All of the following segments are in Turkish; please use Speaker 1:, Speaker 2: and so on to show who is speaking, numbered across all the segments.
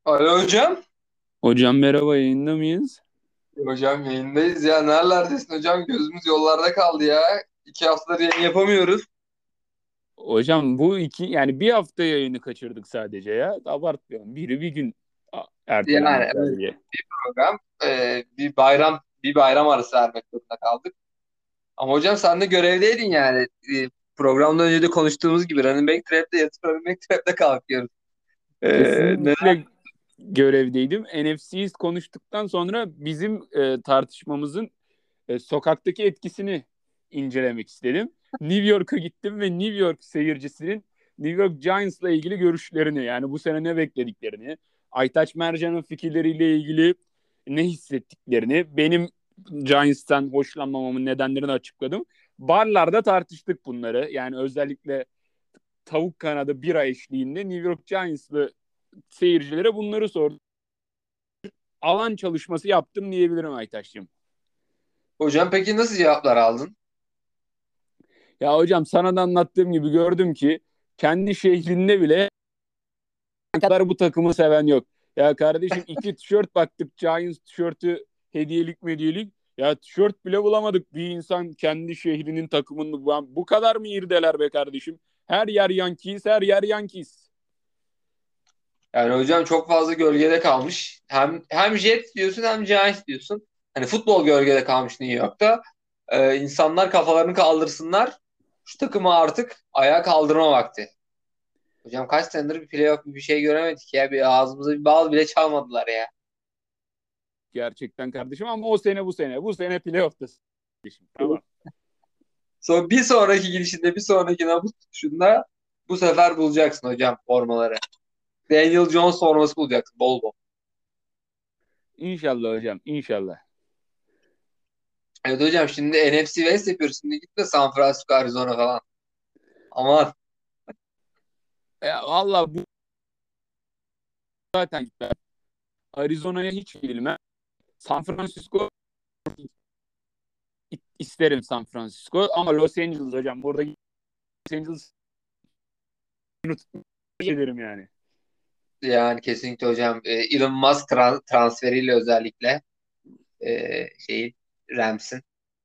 Speaker 1: Alo hocam.
Speaker 2: Hocam merhaba, yayında mıyız?
Speaker 1: Hocam yayındayız ya. Nerelerdesin hocam? Gözümüz yollarda kaldı ya. 2 haftadır yayın yapamıyoruz.
Speaker 2: Hocam bu yani bir hafta yayını kaçırdık sadece ya. Abartmıyorum. Biri bir gün
Speaker 1: Yani
Speaker 2: ertelendi
Speaker 1: evet,
Speaker 2: sadece.
Speaker 1: program. Bir bayram arası vermek zorunda kaldık. Ama hocam sen de görevdeydin yani. Programdan önce de konuştuğumuz gibi Running Back Trap'te yatıp Running Back Trap'te kalkıyoruz. Ne?
Speaker 2: Kesinlikle görevdeydim. NFC East konuştuktan sonra bizim tartışmamızın sokaktaki etkisini incelemek istedim. New York'a gittim ve New York seyircisinin New York Giants'la ilgili görüşlerini, yani bu sene ne beklediklerini, Aytaç Mercan'ın fikirleriyle ilgili ne hissettiklerini, benim Giants'tan hoşlanmamamın nedenlerini açıkladım. Barlarda tartıştık bunları. Yani özellikle tavuk kanadı bira eşliğinde New York Giants'lı seyircilere bunları sordum. Alan çalışması yaptım diyebilirim Aytaç'cığım.
Speaker 1: Hocam peki nasıl cevaplar aldın?
Speaker 2: Ya hocam, sana da anlattığım gibi gördüm ki kendi şehrinde bile kadar bu takımı seven yok. Ya kardeşim, iki tişört baktık, Giants tişörtü hediyelik medyelik. Ya tişört bile bulamadık. Bir insan kendi şehrinin takımını bu kadar mı irdeler be kardeşim? Her yer Yankees, her yer Yankees.
Speaker 1: Yani hocam çok fazla gölgede kalmış. Hem Jets diyorsun hem Giants diyorsun. Hani futbol gölgede kalmış New York'ta. İnsanlar kafalarını kaldırsınlar. Şu takımı artık ayağa kaldırma vakti. Hocam kaç senedir bir playoff bir şey göremedik ya. Bir ağzımıza bir bal bile çalmadılar ya.
Speaker 2: Gerçekten kardeşim, ama o sene bu sene. Bu sene playoff'tasın kardeşim. Tamam.
Speaker 1: Sonra bir sonraki gidişinde bir sonraki nabız tutuşunda bu sefer bulacaksın hocam formaları. Daniel Jones forması bulacaksın bol bol.
Speaker 2: İnşallah hocam, inşallah.
Speaker 1: Evet hocam şimdi NFC West yapıyoruz. Şimdi gitme San Francisco, Arizona falan. Aman.
Speaker 2: Ya vallahi bu zaten gitmem. Arizona'ya hiç gidilmem. San Francisco isterim, San Francisco, ama Los Angeles hocam. Burada Los Angeles ederim yani.
Speaker 1: Yani kesinlikle hocam. Elon Musk transferiyle özellikle şeyi Rams'in.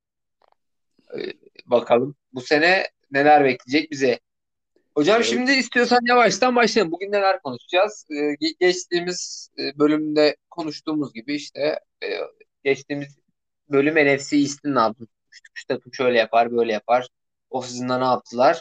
Speaker 1: Bakalım bu sene neler bekleyecek bize. Hocam
Speaker 2: E,
Speaker 1: şimdi istiyorsan yavaştan başlayalım. Bugün neler konuşacağız? Geçtiğimiz bölümde konuştuğumuz gibi işte geçtiğimiz bölüm NFC East'in ne yaptığını konuştuk. Şu takım şöyle yapar, böyle yapar. Offseason'da ne yaptılar?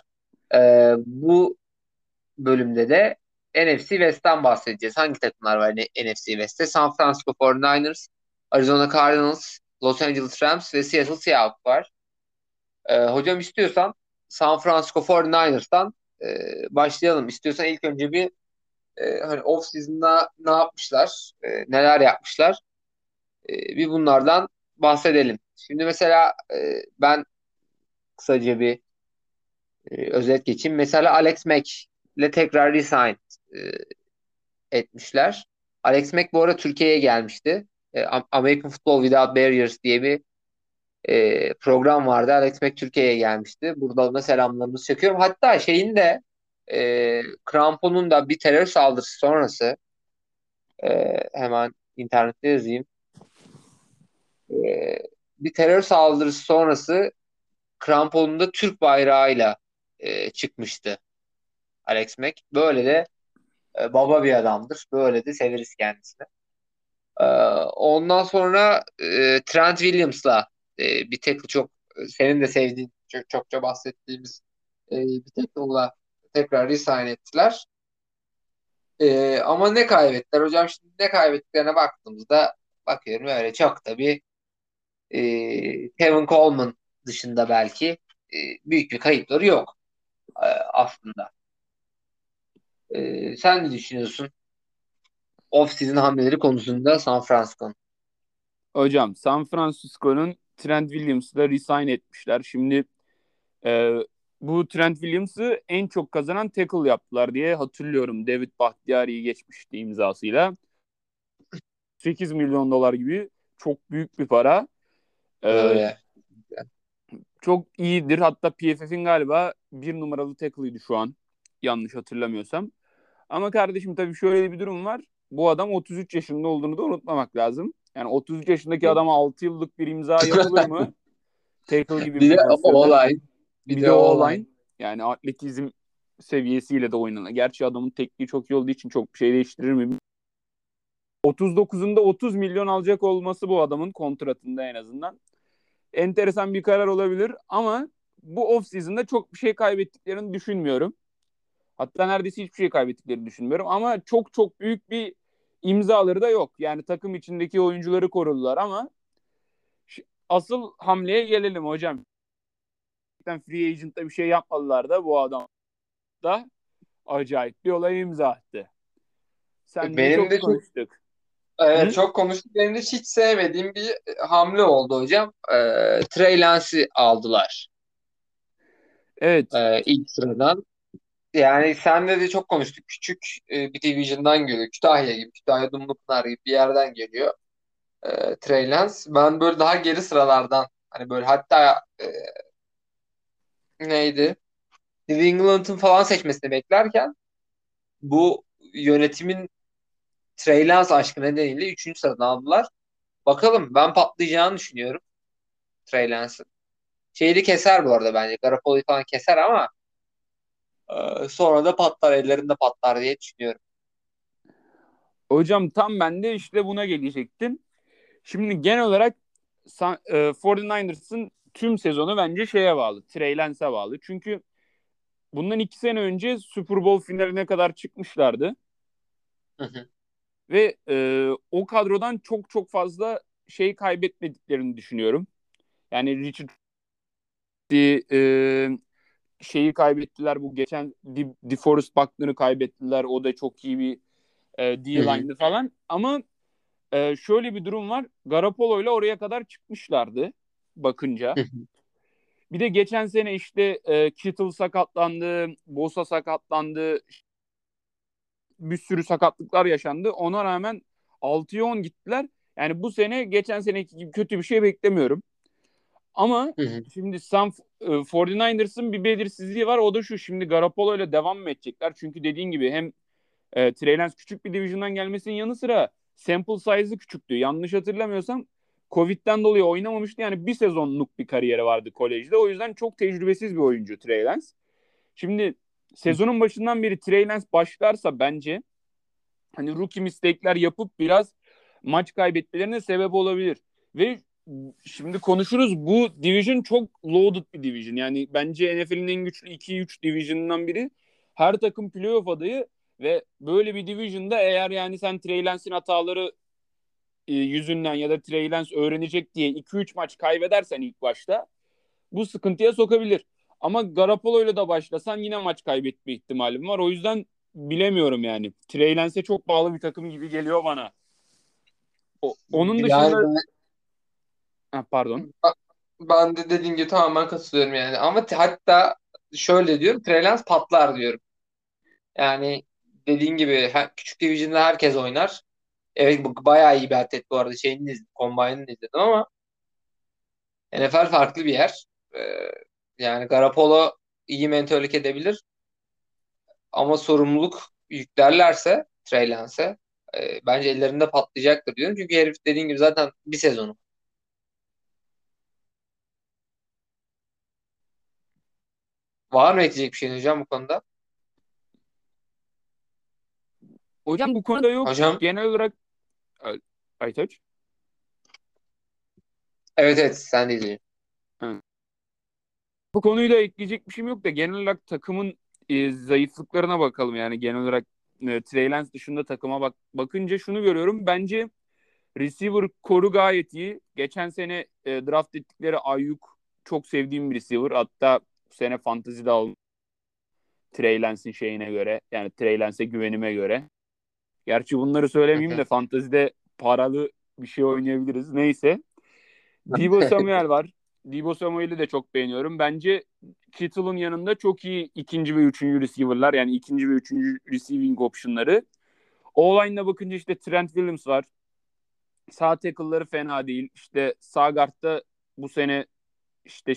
Speaker 1: Bu bölümde de NFC West'ten bahsedeceğiz. Hangi takımlar var NFC West'te? San Francisco 49ers, Arizona Cardinals, Los Angeles Rams ve Seattle Seahawks var. Hocam istiyorsan San Francisco 49ers'tan başlayalım. İstiyorsan ilk önce bir hani off season'da ne yapmışlar, neler yapmışlar, bir bunlardan bahsedelim. Şimdi mesela ben kısaca bir özet geçeyim. Mesela Alex Mack ile tekrar resign e, etmişler. Alex Mack bu ara Türkiye'ye gelmişti. American Football Without Barriers diye bir program vardı. Alex Mack Türkiye'ye gelmişti. Burada da selamlarımızı çekiyorum. Hatta şeyin de Krampon'un da bir terör saldırısı sonrası hemen internette yazayım. E, Bir terör saldırısı sonrası Krampon'un da Türk bayrağıyla çıkmıştı Alex Mack. Böyle de baba bir adamdır. Böyle de severiz kendisini. E, Ondan sonra Trent Williams'la bir tackle çok senin de sevdiğin çokça bahsettiğimiz bir tackle'la tekrar resign ettiler. Ama ne kaybettiler hocam? Şimdi ne kaybettiklerine baktığımızda bakıyorum öyle çok da bir Kevin Coleman dışında belki büyük bir kayıpları yok aslında. Sen ne düşünüyorsun off-season hamleleri konusunda San Francisco'nun?
Speaker 2: hocam, San Francisco'nun Trent Williams'la resign etmişler. Şimdi e, bu Trent Williams'ı en çok kazanan tackle yaptılar diye hatırlıyorum. David Bakhtiari'yi geçmişti imzasıyla. 8 milyon dolar gibi çok büyük bir para. E,
Speaker 1: Öyle.
Speaker 2: Çok iyidir. Hatta PFF'in galiba bir numaralı tackle'ıydı şu an. Yanlış hatırlamıyorsam. Ama kardeşim tabii şöyle bir durum var. Bu adam 33 yaşında olduğunu da unutmamak lazım. Yani 33 yaşındaki adama 6 yıllık bir imza yapılır mı? Tackle gibi
Speaker 1: Bir
Speaker 2: bir
Speaker 1: de o
Speaker 2: pozisyona.
Speaker 1: olay. Bir
Speaker 2: Bir de
Speaker 1: de
Speaker 2: o
Speaker 1: o olay.
Speaker 2: olay. Yani atletizm seviyesiyle de oynanan. Gerçi adamın tekniği çok iyi olduğu için çok bir şey değiştirir mi? 39'unda 30 milyon alacak olması bu adamın kontratında en azından. Enteresan bir karar olabilir ama bu off-season'da çok bir şey kaybettiklerini düşünmüyorum. Hatta neredeyse hiçbir şey kaybettiklerini düşünmüyorum ama çok çok büyük bir imzaları da yok. Yani takım içindeki oyuncuları korudular ama asıl hamleye gelelim hocam. Free agent'ta bir şey yapmadılar da bu adam da acayip bir olay imza attı. Seninle
Speaker 1: Benim
Speaker 2: çok
Speaker 1: de çok,
Speaker 2: konuştuk.
Speaker 1: evet,
Speaker 2: Hı?
Speaker 1: çok konuştuk. Benim de hiç sevmediğim bir hamle oldu hocam. Trey Lance'i aldılar
Speaker 2: Evet.
Speaker 1: ilk sıradan. Yani senle de çok konuştuk. Küçük bir division'dan geliyor. Kütahya gibi, Kütahya Dumlupınar gibi bir yerden geliyor. Trey Lance. Ben böyle daha geri sıralardan, hani böyle, hatta neydi? New England'ın falan seçmesini beklerken bu yönetimin Trey Lance aşkı nedeniyle 3. sıradan aldılar. Bakalım, ben patlayacağını düşünüyorum Trey Lance'ın. Şeyi de keser bu arada bence. Garoppolo'yu falan keser ama sonra da patlar, ellerinde patlar diye düşünüyorum.
Speaker 2: Hocam tam ben de işte buna gelecektim. Şimdi genel olarak 49ers'ın tüm sezonu bence şeye bağlı. Trey Lance'e bağlı. Çünkü bundan 2 sene önce Super Bowl finaline kadar çıkmışlardı.
Speaker 1: Hı hı,
Speaker 2: Ve o kadrodan çok çok fazla şey kaybetmediklerini düşünüyorum. Yani Richard şeyi kaybettiler. Bu geçen DeForest Buckner'ı kaybettiler. O da çok iyi bir
Speaker 1: hı hı,
Speaker 2: D-line'dı falan. Ama şöyle bir durum var. Garoppolo ile oraya kadar çıkmışlardı bakınca.
Speaker 1: hı hı,
Speaker 2: Bir de geçen sene işte Kittle sakatlandı, Bosa sakatlandı, bir sürü sakatlıklar yaşandı. Ona rağmen 6'ya 10 gittiler. Yani bu sene geçen seneki gibi kötü bir şey beklemiyorum. Ama
Speaker 1: hı hı.
Speaker 2: şimdi 49ers'ın bir belirsizliği var. O da şu: şimdi Garoppolo ile devam mı edecekler? Çünkü dediğin gibi hem Trey Lance küçük bir division'dan gelmesinin yanı sıra sample size'ı küçüktü. Yanlış hatırlamıyorsam Covid'den dolayı oynamamıştı. Yani bir sezonluk bir kariyeri vardı kolejde. O yüzden çok tecrübesiz bir oyuncu Trey Lance. Şimdi sezonun başından beri Trey Lance başlarsa bence hani rookie mistake'ler yapıp biraz maç kaybetmelerine sebep olabilir. Ve şimdi konuşuruz, bu division çok loaded bir division. Yani bence NFL'in en güçlü 2-3 division'ından biri. Her takım playoff adayı ve böyle bir division'da eğer yani sen Trey Lance'in hataları yüzünden ya da Trey Lance öğrenecek diye 2-3 maç kaybedersen ilk başta bu sıkıntıya sokabilir. Ama Garoppolo ile de başlasan yine maç kaybetme ihtimalim var. O yüzden bilemiyorum yani. Trey Lance'e çok bağlı bir takım gibi geliyor bana. Onun
Speaker 1: Yani
Speaker 2: dışında pardon.
Speaker 1: ben de dediğin gibi tamamen katılıyorum yani. Ama hatta şöyle diyorum, Trey Lance patlar diyorum. Yani dediğin gibi küçük division'da herkes oynar. Evet, bu bayağı iyi bir atlet bu arada. Şeyini izledim, Combine'ını izledim ama NFL farklı bir yer. Yani Garoppolo iyi mentörlük edebilir ama sorumluluk yüklerlerse Trey Lance'e bence ellerinde patlayacaktır diyorum. Çünkü herif dediğin gibi zaten bir sezonu. Var mı ekleyecek bir şey hocam bu konuda?
Speaker 2: Hocam bu konuda yok.
Speaker 1: Hocam,
Speaker 2: Genel olarak Aytaç.
Speaker 1: evet evet, sen de izleyin.
Speaker 2: Ha. Bu konuyla ekleyecek bir şeyim yok da genel olarak takımın zayıflıklarına bakalım. Yani genel olarak Trey Lance dışında takıma bakınca şunu görüyorum. Bence receiver koru gayet iyi. Geçen sene draft ettikleri Ayuk çok sevdiğim bir receiver. Hatta bu sene fantasy'de aldım Trey Lance'in şeyine göre. Yani Trey Lance'e güvenime göre. Gerçi bunları
Speaker 1: Hı
Speaker 2: söylemeyeyim
Speaker 1: hı.
Speaker 2: de fantasy'de paralı bir şey oynayabiliriz. Neyse. Deebo Samuel var. Deebo Samuel'i de çok beğeniyorum. Bence Kittle'ın yanında çok iyi ikinci ve üçüncü receiver'lar. Yani ikinci ve üçüncü receiving option'ları. O-line'ına bakınca işte Trent Williams var. Sağ tackle'ları fena değil. İşte sağ guard'da bu sene işte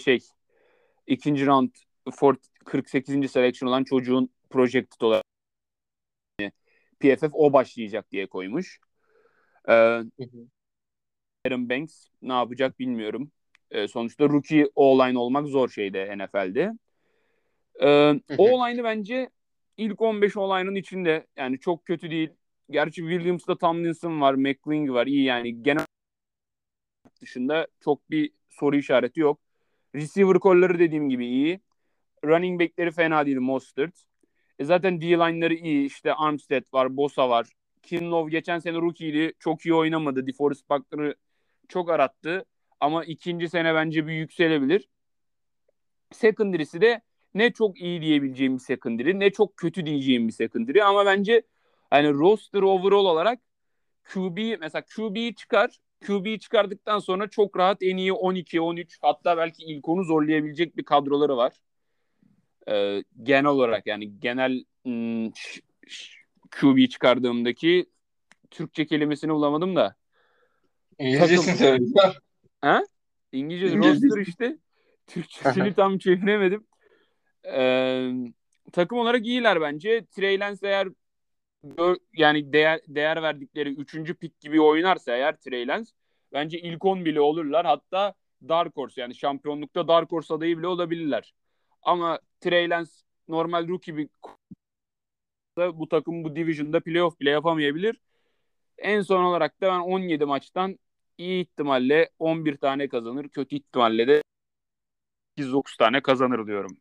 Speaker 2: ikinci round 48. selection olan çocuğun projected olarak PFF o başlayacak diye koymuş. Ee,
Speaker 1: Hı hı.
Speaker 2: Aaron Banks ne yapacak bilmiyorum. Sonuçta rookie O-line olmak zor şeyde NFL'de.
Speaker 1: Hı hı.
Speaker 2: O-line'ı bence ilk 15 O-line'ın içinde. Yani çok kötü değil. Gerçi Williams'da Tomlinson var, McCling var. İyi yani. Genel dışında çok bir soru işareti yok. Receiver kolları dediğim gibi iyi. Running back'leri fena değil Mostert. Zaten D-line'ları iyi. İşte Armstead var, Bosa var. Kinlaw geçen sene rookie'ydi. Çok iyi oynamadı. DeForest Buckner'ı çok arattı. Ama ikinci sene bence bir yükselebilir. Secondary'si de ne çok iyi diyebileceğim bir secondary, ne çok kötü diyeceğim bir secondary. Ama bence hani roster overall olarak QB mesela QB'yi çıkar. QB'yi çıkardıktan sonra çok rahat en iyi 12, 13 hatta belki ilk onu zorlayabilecek bir kadroları var. Genel olarak yani genel QB çıkardığımdaki Türkçe kelimesini bulamadım da takım
Speaker 1: İngilizcesini söyleyeceğim.
Speaker 2: ha? İngilizce roster
Speaker 1: İngilizcesini.
Speaker 2: işte. Türkçesini tam çeviremedim. Ee, Takım olarak iyiler bence. Trey Lance eğer yani değer verdikleri üçüncü pik gibi oynarsa eğer Trey Lance bence ilk 10 bile olurlar. Hatta Dark Horse yani şampiyonlukta Dark Horse adayı bile olabilirler. Ama Trey Lance normal rookie bir bu takım bu division'da playoff bile yapamayabilir. En son olarak da ben 17 maçtan iyi ihtimalle 11 tane kazanır. Kötü ihtimalle de 8-9 tane kazanır diyorum.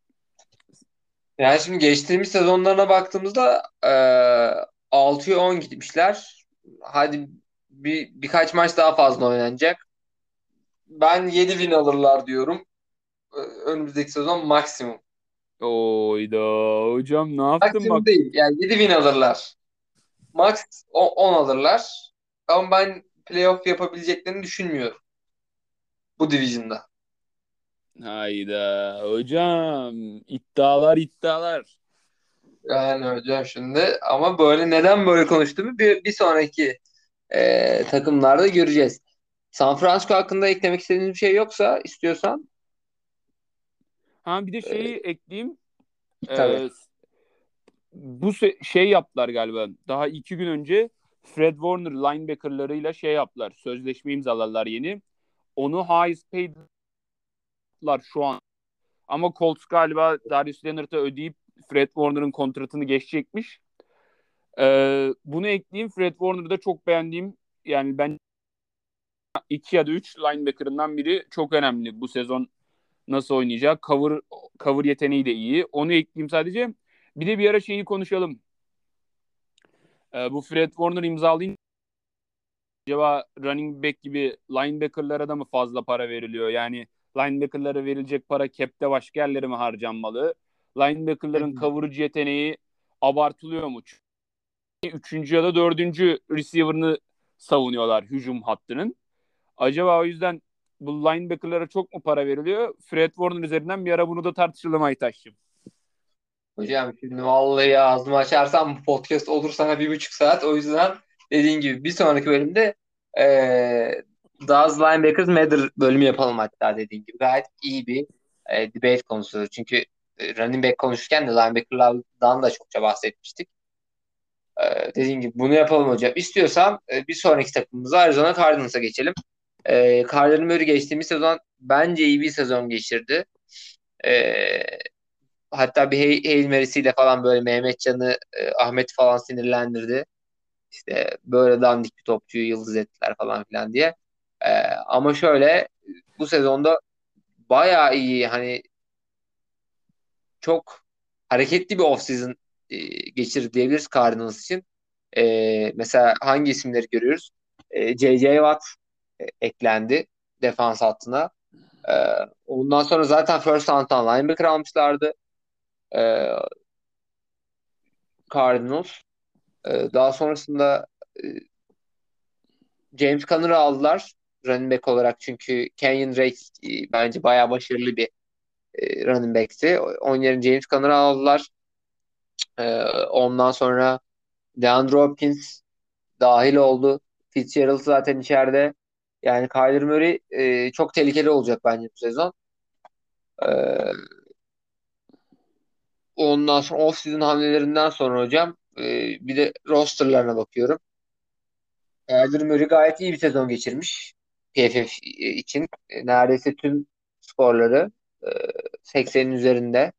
Speaker 1: Yani şimdi geçtiğimiz sezonlarına baktığımızda 6'ya 10 gitmişler. Hadi birkaç maç daha fazla oynanacak. Ben 7 win alırlar diyorum. Önümüzdeki sezon maksimum.
Speaker 2: Oyda hocam ne yaptın
Speaker 1: Maksimum
Speaker 2: bak.
Speaker 1: değil. Yani 7 win alırlar. Max 10 alırlar. Ama ben playoff yapabileceklerini düşünmüyorum bu division'da.
Speaker 2: Hayda hocam iddialar iddialar.
Speaker 1: Yani hocam şimdi ama böyle neden böyle konuştuğumu bir sonraki takımlarda göreceğiz. San Francisco hakkında eklemek istediğiniz bir şey yoksa istiyorsan
Speaker 2: Ha bir de şeyi
Speaker 1: e,
Speaker 2: ekleyeyim.
Speaker 1: tabii.
Speaker 2: Ee, Bu şey yaptılar galiba. Daha 2 gün önce Fred Warner linebackerlarıyla şey yaptılar. Sözleşme imzaladılar yeni. Onu highest paid'lar şu an. Ama Colts galiba Darius Leonard'a ödeyip Fred Warner'ın kontratını geçecekmiş. Bunu ekleyeyim. Fred Warner'da çok beğendiğim yani ben 2 ya da 3 linebacker'ından biri çok önemli bu sezon nasıl oynayacak. Cover yeteneği de iyi. Onu ekleyeyim sadece. Bir de bir ara şeyi konuşalım. Bu Fred Warner imzalayınca acaba running back gibi linebacker'lara da mı fazla para veriliyor? Yani linebacker'lara verilecek para cap'te başka yerlere mi harcanmalı?
Speaker 1: Hı
Speaker 2: Linebacker'ların
Speaker 1: hı.
Speaker 2: coverage yeteneği abartılıyor mu? Üçüncü ya da dördüncü receiver'ını savunuyorlar hücum hattının. Acaba o yüzden bu linebacker'lara çok mu para veriliyor? Fred Warner üzerinden bir ara bunu da tartışalım Aytaş'cığım.
Speaker 1: Hocam şimdi vallahi ağzımı açarsam bu podcast olur sana 1,5 saat. O yüzden dediğin gibi bir sonraki bölümde Does Linebackers Matter bölümü yapalım hatta dediğin gibi. Gayet iyi bir debate konusu. Çünkü running back konuşurken de linebackerlardan da çokça bahsetmiştik. Dediğin gibi bunu yapalım hocam. İstiyorsan bir sonraki takımımıza Arizona Cardinals'a geçelim. Kyler Murray geçtiğimiz sezon bence iyi bir sezon geçirdi. E, Hatta bir Hail Mary'siyle falan böyle Mehmetcan'ı, Ahmet falan sinirlendirdi. İşte böyle dandik bir topçuyu yıldız ettiler falan filan diye. Ama şöyle bu sezonda bayağı iyi hani çok hareketli bir off-season geçirdi diyebiliriz Cardinals için. Mesela hangi isimleri görüyoruz? J.J. Watt eklendi defans hattına. E, Ondan sonra zaten first round'dan linebacker almışlardı Cardinals. Daha sonrasında e, James Conner'ı aldılar running back olarak çünkü Kenyon Drake bence bayağı başarılı bir running back'ti. Onun yerine James Conner'ı aldılar. Ondan sonra DeAndre Hopkins dahil oldu. Fitzgerald zaten içeride. Yani Kyler Murray çok tehlikeli olacak bence bu sezon. E, Ondan sonra off-season hamlelerinden sonra hocam Bir de rosterlarına bakıyorum. Kyler Murray gayet iyi bir sezon geçirmiş. PFF için. Neredeyse tüm skorları e, 80'in üzerinde.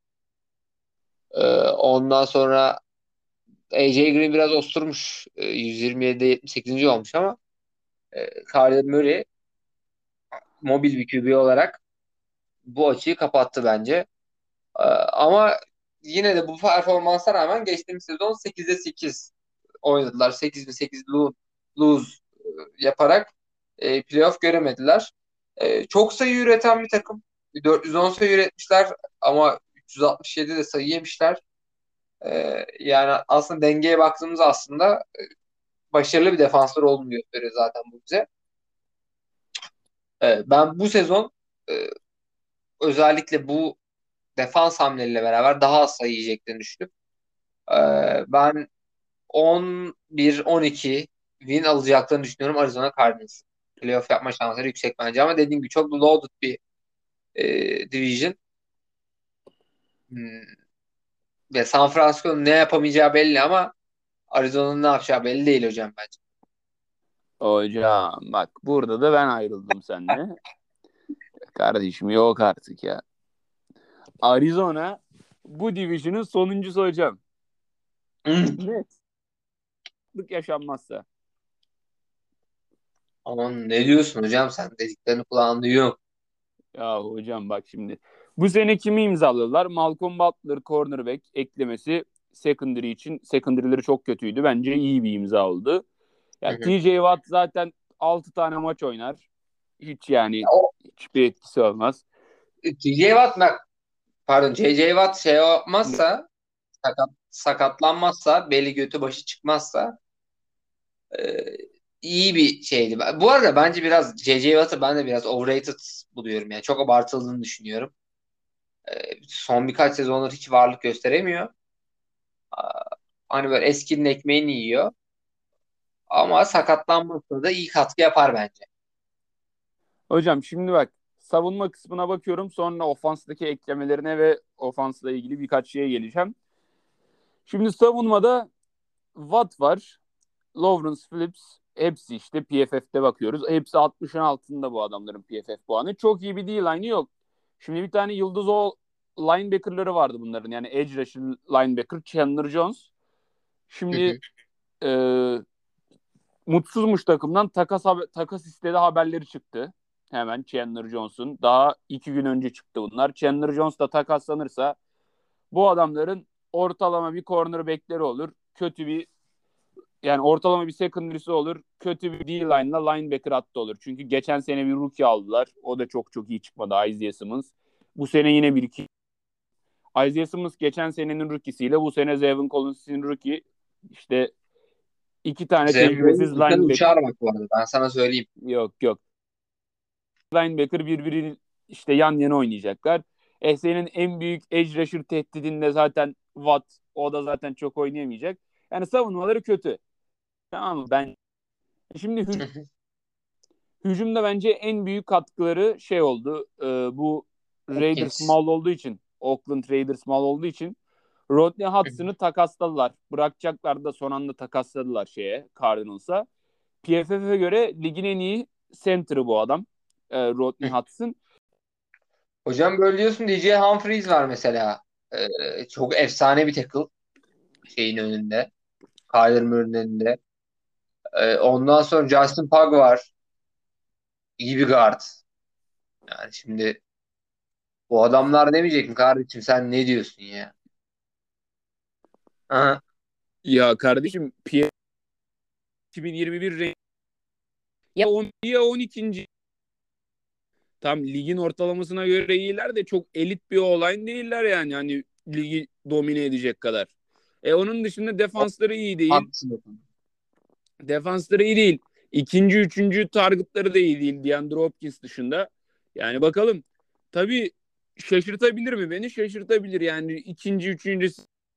Speaker 1: Ondan sonra AJ Green biraz osturmuş. 127'de 78. olmuş ama Kyler Murray mobil bir QB olarak bu açıyı kapattı bence. Ama yine de bu performansa rağmen geçtiğimiz sezon 8'de 8 oynadılar. 8'de 8 lose yaparak playoff göremediler. Çok sayı üreten bir takım. 410 sayı üretmişler ama 367 de sayı yemişler. Yani aslında dengeye baktığımız aslında başarılı bir defanslar olduğunu gösteriyor zaten bu bize. Ben bu sezon e, özellikle bu defans hamleleriyle beraber daha az sayı yiyeceklerini düşünüp ben 11-12 win alacaklarını düşünüyorum Arizona Cardinals. Playoff yapma şansları yüksek bence ama dediğim gibi çok loaded bir division. Hmm. Ve San Francisco'nun ne yapamayacağı belli ama Arizona'nın ne yapacağı belli değil hocam bence.
Speaker 2: Hocam bak burada da ben ayrıldım seninle. Kardeşim yok artık ya. Arizona bu division'ın sonuncusu hocam.
Speaker 1: Hmm.
Speaker 2: Net. Yaşanmazsa.
Speaker 1: Aman ne diyorsun hocam sen dediklerini kulağın duyuyor.
Speaker 2: Ya hocam bak şimdi. Bu sene kimi imzaladılar? Malcolm Butler cornerback eklemesi secondary için. Secondary'leri çok kötüydü. Bence iyi bir imza oldu.
Speaker 1: Hı
Speaker 2: Ya
Speaker 1: hı.
Speaker 2: TJ Watt zaten 6 tane maç oynar. Hiç yani
Speaker 1: O
Speaker 2: hiçbir etkisi olmaz.
Speaker 1: TJ Watt pardon JJ Watt şey yapmazsa sakatlanmazsa beli götü başı çıkmazsa e, iyi bir şeydi. Bu arada bence biraz JJ Watt'ı ben de biraz overrated buluyorum. Yani çok abartıldığını düşünüyorum. Son birkaç sezonlar hiç varlık gösteremiyor. Hani böyle eskinin ekmeğini yiyor. Ama sakatlanmasa da iyi katkı yapar bence.
Speaker 2: Hocam şimdi bak savunma kısmına bakıyorum. Sonra ofanstaki eklemelerine ve ofansla ilgili birkaç şeye geleceğim. Şimdi savunmada Watt var. Lawrence Phillips hepsi işte PFF'de bakıyoruz. Hepsi 60'ın altında bu adamların PFF puanı. Çok iyi bir D-line'ı yok. Şimdi bir tane yıldız o linebacker'ları vardı bunların. Yani edge rusher linebacker Chandler Jones.
Speaker 1: Hı
Speaker 2: Şimdi
Speaker 1: hı.
Speaker 2: e, mutsuzmuş takımdan takas istedi haberleri çıktı. Hemen Chandler Jones'un. Daha 2 gün önce çıktı bunlar. Chandler Jones da takaslanırsa bu adamların ortalama bir cornerback'leri olur. Kötü bir yani ortalama bir secondary'si olur. Kötü bir D-line'la linebacker hattı olur. Çünkü geçen sene bir rookie aldılar. O da çok çok iyi çıkmadı Isaiah Simmons. Bu sene yine bir iki. Isaiah Simmons geçen senenin rookie'siyle bu sene Zevin Collins'in rookie. İşte iki tane tecrübesiz
Speaker 1: Zenbol'un sen
Speaker 2: linebacker.
Speaker 1: uçar bak bu arada. Ben sana söyleyeyim.
Speaker 2: Yok yok. Linebacker birbiri işte yan yana oynayacaklar. Senin en büyük edge rusher tehdidinde zaten Watt. O da zaten çok oynayamayacak. Yani savunmaları kötü. Tamam mı? Şimdi
Speaker 1: Hı hı.
Speaker 2: hücumda bence en büyük katkıları şey oldu. Bu Raiders
Speaker 1: Hopkins.
Speaker 2: mal olduğu için, Oakland Raiders mal olduğu için Rodney
Speaker 1: Hı hı.
Speaker 2: Hudson'ı takasladılar. Bırakacaklar da son anda takasladılar Cardinals'a. PFF'e göre ligin en iyi center'ı bu adam. Rodney
Speaker 1: Hı.
Speaker 2: Hudson.
Speaker 1: Hocam böyle diyorsun DJ Humphries var mesela. Çok efsane bir tackle şeyin önünde. Kyler Murray'nin önünde. Ondan sonra Justin Pug var. İyi bir guard. Yani şimdi bu adamlar demeyecek mi kardeşim sen ne diyorsun ya? Aha.
Speaker 2: Ya kardeşim PFF 2021 ya 10 ya 12. Tam ligin ortalamasına göre iyiler de çok elit bir olay değiller yani. Hani ligi domine edecek kadar. Onun dışında defansları iyi değil.
Speaker 1: Haklısın.
Speaker 2: Defansları iyi değil. İkinci, üçüncü targetları da iyi değil. DeAndre Hopkins dışında. Yani bakalım. Tabii şaşırtabilir mi beni? Şaşırtabilir. Yani ikinci, üçüncü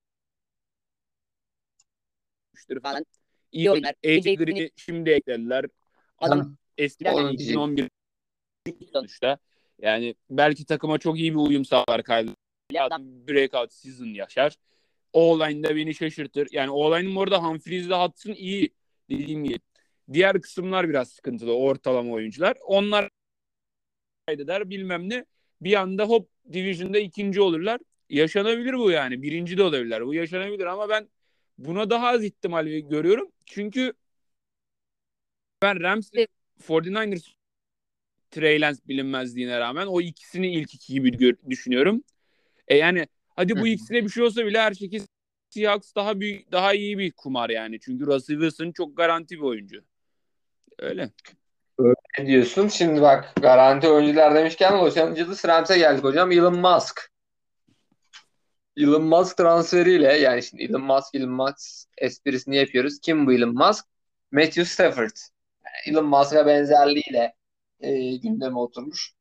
Speaker 2: falan. İyi oynar. AJ Green'i şimdi eklediler. Adam
Speaker 1: Tamam.
Speaker 2: eskiden yani
Speaker 1: Onu diyecek.
Speaker 2: 2011 sonuçta. Yani belki takıma çok iyi bir uyum sağlar Kyle. Adam breakout season yaşar. O-line de beni şaşırtır. Yani O-line'ın orada Humphries'le Hudson iyi dediğim gibi. Diğer kısımlar biraz sıkıntılı, ortalama oyuncular. Onlar kaydeder bilmem ne. Bir anda hop Division'da ikinci olurlar. Yaşanabilir bu yani. Birinci de olabilirler. Bu yaşanabilir ama ben buna daha az ihtimal görüyorum. Çünkü ben Rams'le 49ers Trey Lance bilinmezliğine rağmen o ikisini ilk iki gibi düşünüyorum. Yani hadi
Speaker 1: Hı
Speaker 2: bu
Speaker 1: hı.
Speaker 2: ikisine bir şey olsa bile her şekilde Seahawks daha büyük, daha iyi bir kumar yani. Çünkü Russell Wilson çok garanti bir oyuncu. Öyle.
Speaker 1: Öyle diyorsun. Şimdi bak, garanti oyuncular demişken Los Angeles Rams'e geldik hocam. Elon Musk. Elon Musk transferiyle, yani şimdi Elon Musk esprisini yapıyoruz. Kim bu Elon Musk? Matthew Stafford. Elon Musk'a benzerliğiyle gündeme oturmuş.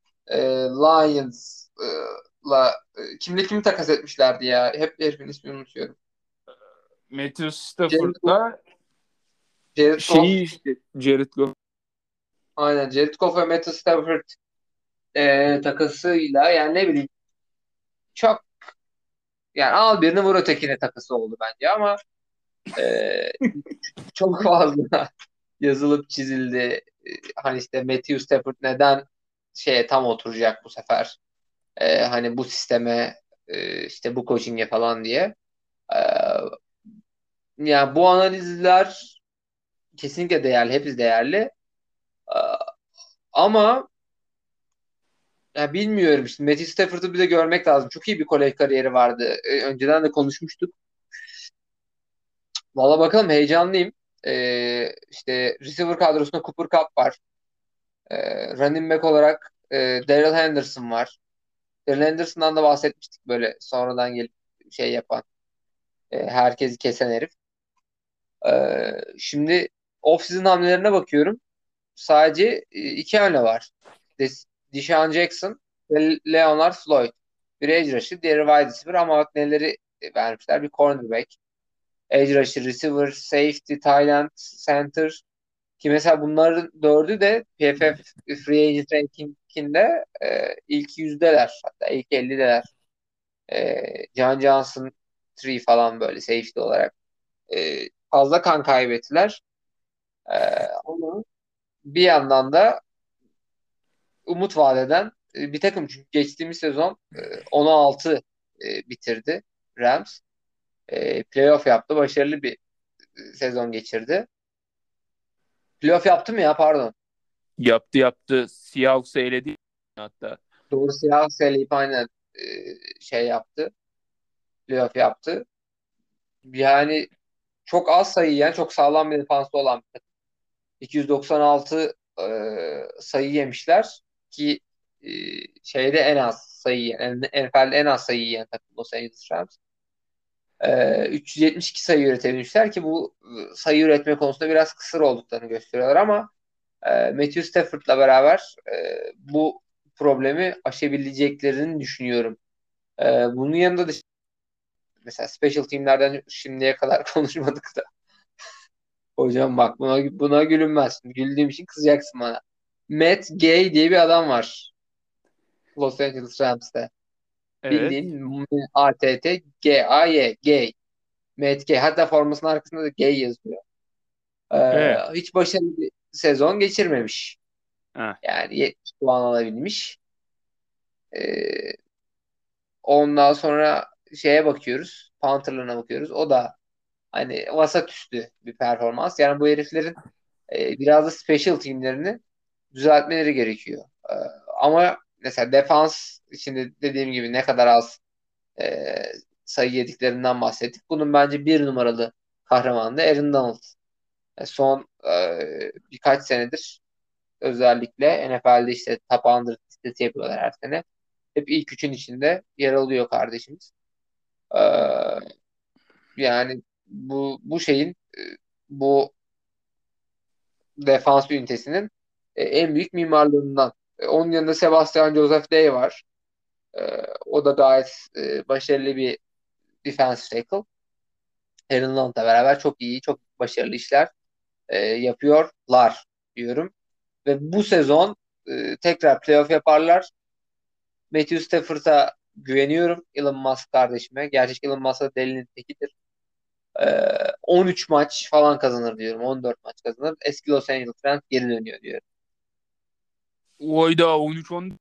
Speaker 1: Lions'la kimle kimi takas etmişlerdi ya? Hep herifin ismini unutuyorum.
Speaker 2: Matthew
Speaker 1: Jared Goff,
Speaker 2: Stafford'la
Speaker 1: Jared Goff.
Speaker 2: şeyi işte Jared Goff.
Speaker 1: Aynen, Jared Goff ve Matthew Stafford takasıyla, yani ne bileyim, çok, yani al birini vur ötekine takası oldu bence ama e, çok fazla yazılıp çizildi. Hani işte Matthew Stafford neden şeye tam oturacak bu sefer? Hani bu sisteme, işte bu coaching'e falan diye. E, Yani bu analizler kesinlikle değerli, hepsi değerli. E, Ama ya bilmiyorum, işte Matthew Stafford'ı bir de görmek lazım. Çok iyi bir kolej kariyeri vardı. Önceden de konuşmuştuk. Valla bakalım, heyecanlıyım. İşte receiver kadrosunda Cooper Kupp var. Running back olarak Daryl Henderson var. Daryl Henderson'dan da bahsetmiştik, böyle sonradan gelip şey yapan, herkesi kesen herif. Şimdi off-season hamlelerine bakıyorum. Sadece iki hamle var. Deshaun Jackson ve Leonard Floyd. Bir edge rusher, diğeri wide receiver, ama bak neleri vermişler. Bir cornerback, edge rusher, receiver, safety, tight end, center. Ki mesela bunların dördü de PFF Free Agent Ranking'inde ilk yüzdeler. Hatta ilk 50'deler. John Johnson 3 falan, böyle safety olarak. Fazla kan kaybettiler. Ama bir yandan da umut vadeden bir takım. Çünkü geçtiğimiz sezon 16 bitirdi Rams. Playoff yaptı. Başarılı bir sezon geçirdi. Playoff yaptı mı ya, pardon.
Speaker 2: Yaptı. Seahawks'ı eledi hatta.
Speaker 1: Doğru, siyah seleyip aynen e, şey yaptı. Playoff yaptı. Yani çok az sayı yiyen, çok sağlam bir defansı olan bir takım. 296 sayı yemişler ki e, şeyde en az sayı yiyen, NFL'de en az sayı yiyen takım Los Angeles Rams. 372 sayı üretebilmişler ki bu sayı üretme konusunda biraz kısır olduklarını gösteriyorlar ama Matthew Stafford'la beraber bu problemi aşabileceklerini düşünüyorum. Bunun yanında da mesela special teamlerden şimdiye kadar konuşmadık da. Hocam bak, buna gülünmez. Güldüğüm için kızacaksın bana. Matt Gay diye bir adam var Los Angeles Rams'te.
Speaker 2: Evet.
Speaker 1: Bildiğin ATT Gay. Gay. Matt Gay. Hatta formasının arkasında da Gay yazıyor.
Speaker 2: Evet.
Speaker 1: Hiç başarılı bir sezon geçirmemiş.
Speaker 2: Ha.
Speaker 1: Yani 70 puan alabilmiş. Ee, Ondan sonra şeye bakıyoruz. Panther'larına bakıyoruz. O da hani vasat üstü bir performans. Yani bu heriflerin biraz da special teamlerini düzeltmeleri gerekiyor. Ama mesela defans içinde dediğim gibi ne kadar az e, sayı yediklerinden bahsettik. Bunun bence bir numaralı kahramanı da Aaron Donald. Son birkaç senedir özellikle NFL'de işte top 100 listesi yapıyorlar her sene. Hep ilk üçün içinde yer alıyor kardeşimiz. E, Yani bu şeyin, bu defans ünitesinin en büyük mimarlarından. Onun yanında Sebastian Joseph Day var. O da gayet başarılı bir defensive tackle. Aaron Donald'la beraber çok iyi, çok başarılı işler yapıyorlar diyorum. Ve bu sezon tekrar playoff yaparlar. Matthew Stafford'a güveniyorum Elon Musk kardeşime. Gerçek Elon Musk da delinin tekidir. 13 maç falan kazanır diyorum. 14 maç kazanır. Eski Los Angeles Rams geri dönüyor diyorum.
Speaker 2: Oyda 13-10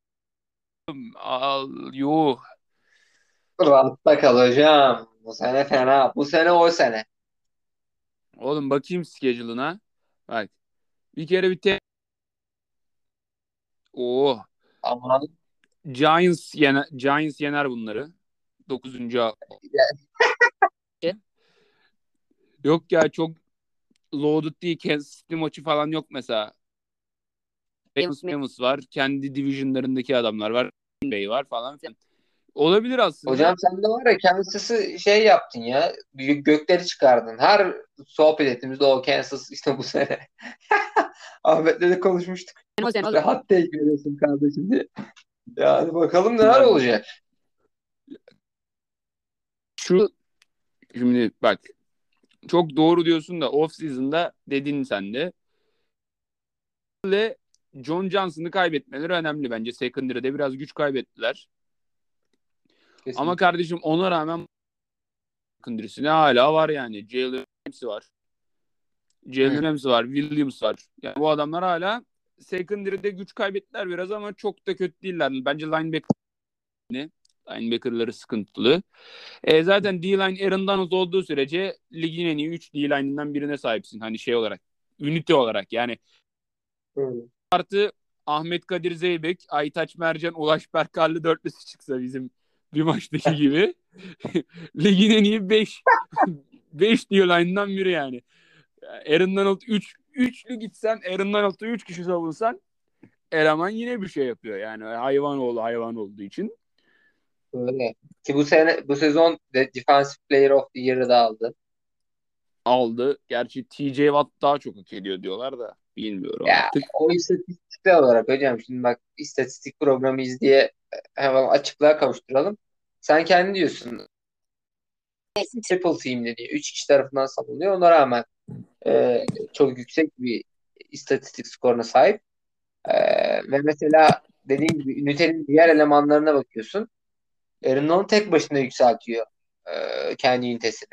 Speaker 2: al yuh.
Speaker 1: Rahatta kal hocam. Bu sene fena. Bu sene o sene.
Speaker 2: Oğlum bakayım schedule'ına. Bak bir kere oh,
Speaker 1: Ama
Speaker 2: Giants yener bunları. 9. Yok ya, çok loaded değil. Kansas City maçı falan yok mesela. Rams var. Kendi divisionlarındaki adamlar var. Green Bay var falan filan. Olabilir
Speaker 1: hocam
Speaker 2: aslında.
Speaker 1: sen de var ya Kansas'ı şey yaptın ya. Gökleri çıkardın. Her sohbet ettiğimizde o Kansas işte bu sene. Ahmet'le de konuşmuştuk.
Speaker 2: O sene oğlum.
Speaker 1: Rahat tek görüyorsun kardeşim diye. Yani bakalım neler
Speaker 2: Var.
Speaker 1: olacak.
Speaker 2: Şu şimdi bak, çok doğru diyorsun da off season'da dedin sen de. Ve John Johnson'ı kaybetmeleri önemli bence. Secondary'de biraz güç kaybettiler. Ama
Speaker 1: Kesinlikle.
Speaker 2: kardeşim ona rağmen secondary'sine hala var yani. Jalen
Speaker 1: Hı.
Speaker 2: Ramsey var. Williams var. Yani bu adamlar hala secondary'de güç kaybettiler biraz ama çok da kötü değiller. Bence linebacker'ları sıkıntılı. Zaten D-line Aaron Donald olduğu sürece ligin en iyi 3 D-line'ından birine sahipsin. Hani şey olarak, ünite olarak yani.
Speaker 1: Öyle.
Speaker 2: Artı Ahmet Kadir Zeybek, Aytaç Mercan, Ulaş Berkallı dörtlüsü çıksa bizim bir maçtaki gibi. Ligin en iyi 5 D-line'dan biri yani. Aaron Donald üçlü gitsen, Aaron Donald'ı 3 kişi savunsan eleman yine bir şey yapıyor. Yani hayvan olduğu için
Speaker 1: Öyle. Ki bu sezon de Defensive Player of the Year'ı da aldı.
Speaker 2: aldı. Gerçi TJ Watt daha çok hak ediyor diyorlar da bilmiyorum
Speaker 1: Ya
Speaker 2: artık.
Speaker 1: o istatistiksel olarak hocam şimdi bak istatistik programıyız diye hemen açıklığa kavuşturalım. Sen kendi diyorsun triple team diyor. Üç kişi tarafından savunuyor. Ona rağmen çok yüksek bir istatistik skoruna sahip. E, ve mesela dediğin gibi ünitenin diğer elemanlarına bakıyorsun. Aaron Donald tek başına yükseltiyor kendi ünitesini.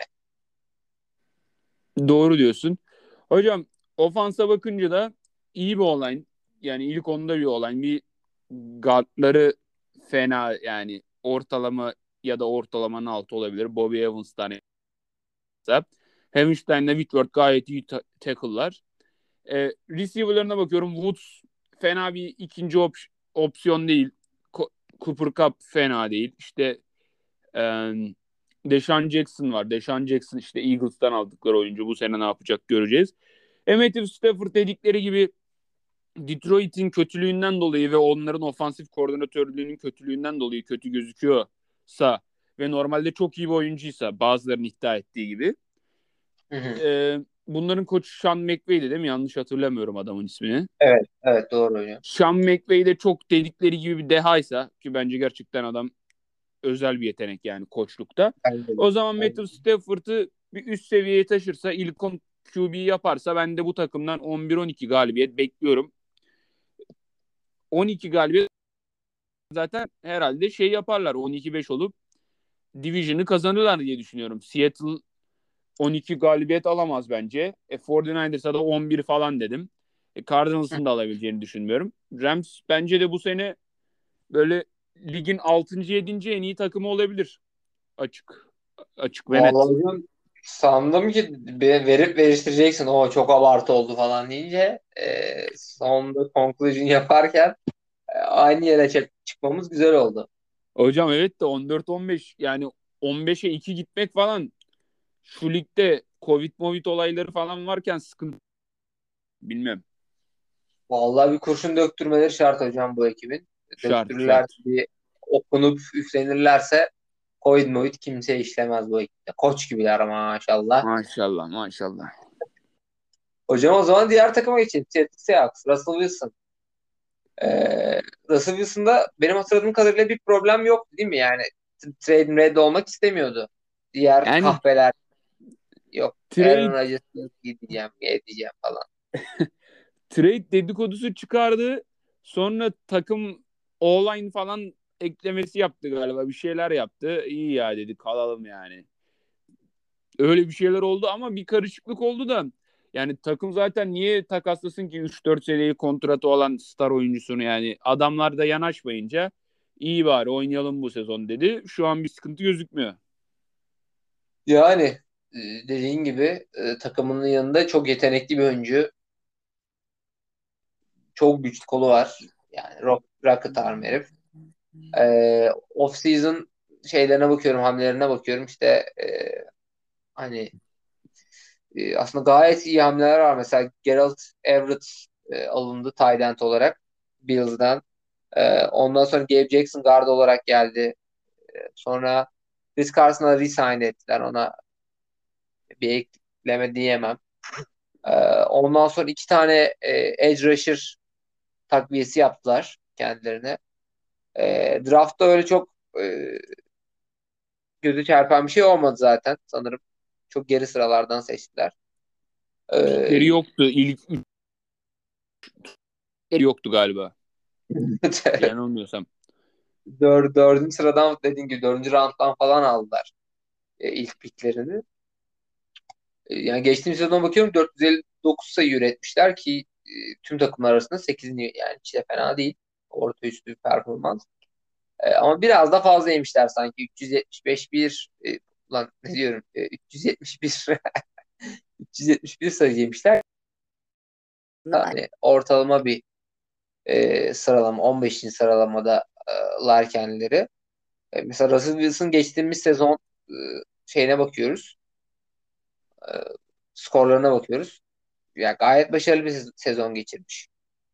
Speaker 2: Doğru diyorsun. Hocam ofansa bakınca da iyi bir olay. Yani ilk onda bir olay. Bir guardları fena yani ortalama ya da ortalamanın altı olabilir. Bobby Evans'tan hesap. Hamilton'la Whitworth gayet iyi tackle'lar. Receiver'larına bakıyorum. Woods fena bir ikinci opsiyon değil. Cooper Kupp fena değil. İşte e, Deshaun Jackson var. Deshaun Jackson işte Eagles'tan aldıkları oyuncu. Bu sene ne yapacak göreceğiz. Matthew Stafford dedikleri gibi Detroit'in kötülüğünden dolayı ve onların ofansif koordinatörlüğünün kötülüğünden dolayı kötü gözüküyorsa ve normalde çok iyi bir oyuncuysa bazılarının iddia ettiği gibi
Speaker 1: Hı hı.
Speaker 2: bunların koçu Sean McVay'di değil mi? Yanlış hatırlamıyorum adamın ismini.
Speaker 1: Evet, evet doğru hocam.
Speaker 2: Sean McVay de çok dedikleri gibi bir dehaysa ki bence gerçekten adam özel bir yetenek yani koçlukta.
Speaker 1: Bence de.
Speaker 2: O zaman
Speaker 1: Bence
Speaker 2: Matthew
Speaker 1: de.
Speaker 2: Stafford'ı bir üst seviyeye taşırsa ilk 10 QB yaparsa ben de bu takımdan 11-12 galibiyet bekliyorum. 12 galibiyet zaten herhalde şey yaparlar 12-5 olup Division'ı kazanırlar diye düşünüyorum. Seattle 12 galibiyet alamaz bence. 49ers'a da 11 falan dedim. Cardinals'ın da alabileceğini düşünmüyorum. Rams bence de bu sene böyle ligin 6. 7. en iyi takımı olabilir. Açık. Açık ve net.
Speaker 1: Vallahi hocam sandım ki verip veriştireceksin. O çok abartı oldu falan deyince sonunda conclusion yaparken aynı yere çıkmamız güzel oldu.
Speaker 2: Hocam evet de 14-15 yani 15'e 2 gitmek falan şu ligde Covid olayları falan varken sıkıntı bilmem.
Speaker 1: Vallahi bir kurşun döktürmeleri şart hocam bu ekibin.
Speaker 2: Şart
Speaker 1: Döktürürler
Speaker 2: şart.
Speaker 1: bir okunup üflenirlerse Covid Movid kimseye işlemez bu ekipte. Koç gibiler maşallah.
Speaker 2: Maşallah maşallah.
Speaker 1: Hocam o zaman diğer takıma geçelim. Seattle Seahawks, Russell Wilson. Russell Wilson'da benim hatırladığım kadarıyla bir problem yok değil mi? Yani trade red olmak istemiyordu. Diğer
Speaker 2: Yani
Speaker 1: kahpeler yok. Aaron
Speaker 2: trade
Speaker 1: Rodgers'ı yok gideceğim, edeceğim falan.
Speaker 2: trade dedikodusu çıkardı. Sonra takım online falan eklemesi yaptı galiba. Bir şeyler yaptı. İyi ya dedi, kalalım yani. Öyle bir şeyler oldu ama bir karışıklık oldu da. Yani takım zaten niye takaslasın ki 3-4 seneyi kontratı olan star oyuncusunu yani. Adamlar da yanaşmayınca iyi bari oynayalım bu sezon dedi. Şu an bir sıkıntı gözükmüyor.
Speaker 1: Yani dediğin gibi takımının yanında çok yetenekli bir oyuncu. Çok güçlü kolu var. Yani rocket arm herif. Off-season şeylerine bakıyorum, hamlelerine bakıyorum. İşte hani aslında gayet iyi hamleler var. Mesela Gerald Everett alındı tight end olarak Bills'dan. Ondan sonra Gabe Jackson guard olarak geldi. Sonra Chris Carson'a resign ettiler. Ona bir ekleme diyemem. Ondan sonra iki tane edge rusher takviyesi yaptılar kendilerine. Draftta öyle çok gözü çarpan bir şey olmadı zaten sanırım. Çok geri sıralardan seçtiler.
Speaker 2: Pikleri
Speaker 1: Ee,
Speaker 2: yoktu. İlk üçleri yoktu galiba. Yanılmıyorsam.
Speaker 1: dördüncü sıradan dediğim gibi dördüncü rounddan falan aldılar ilk piklerini. Yani geçtiğimiz sezona bakıyorum 459 sayı üretmişler ki tüm takımlar arasında 8. Yani hiç de fena değil. Orta üstü bir performans. Ama biraz da fazla yemişler sanki. 375 bir lan ne diyorum 371 371 sayı yemişler. Yani ortalama bir sıralama 15. sıralamadalar kendileri. Mesela Russell Wilson geçtiğimiz sezon e, şeyine bakıyoruz. E, skorlarına bakıyoruz. Yani gayet başarılı bir sezon geçirmiş.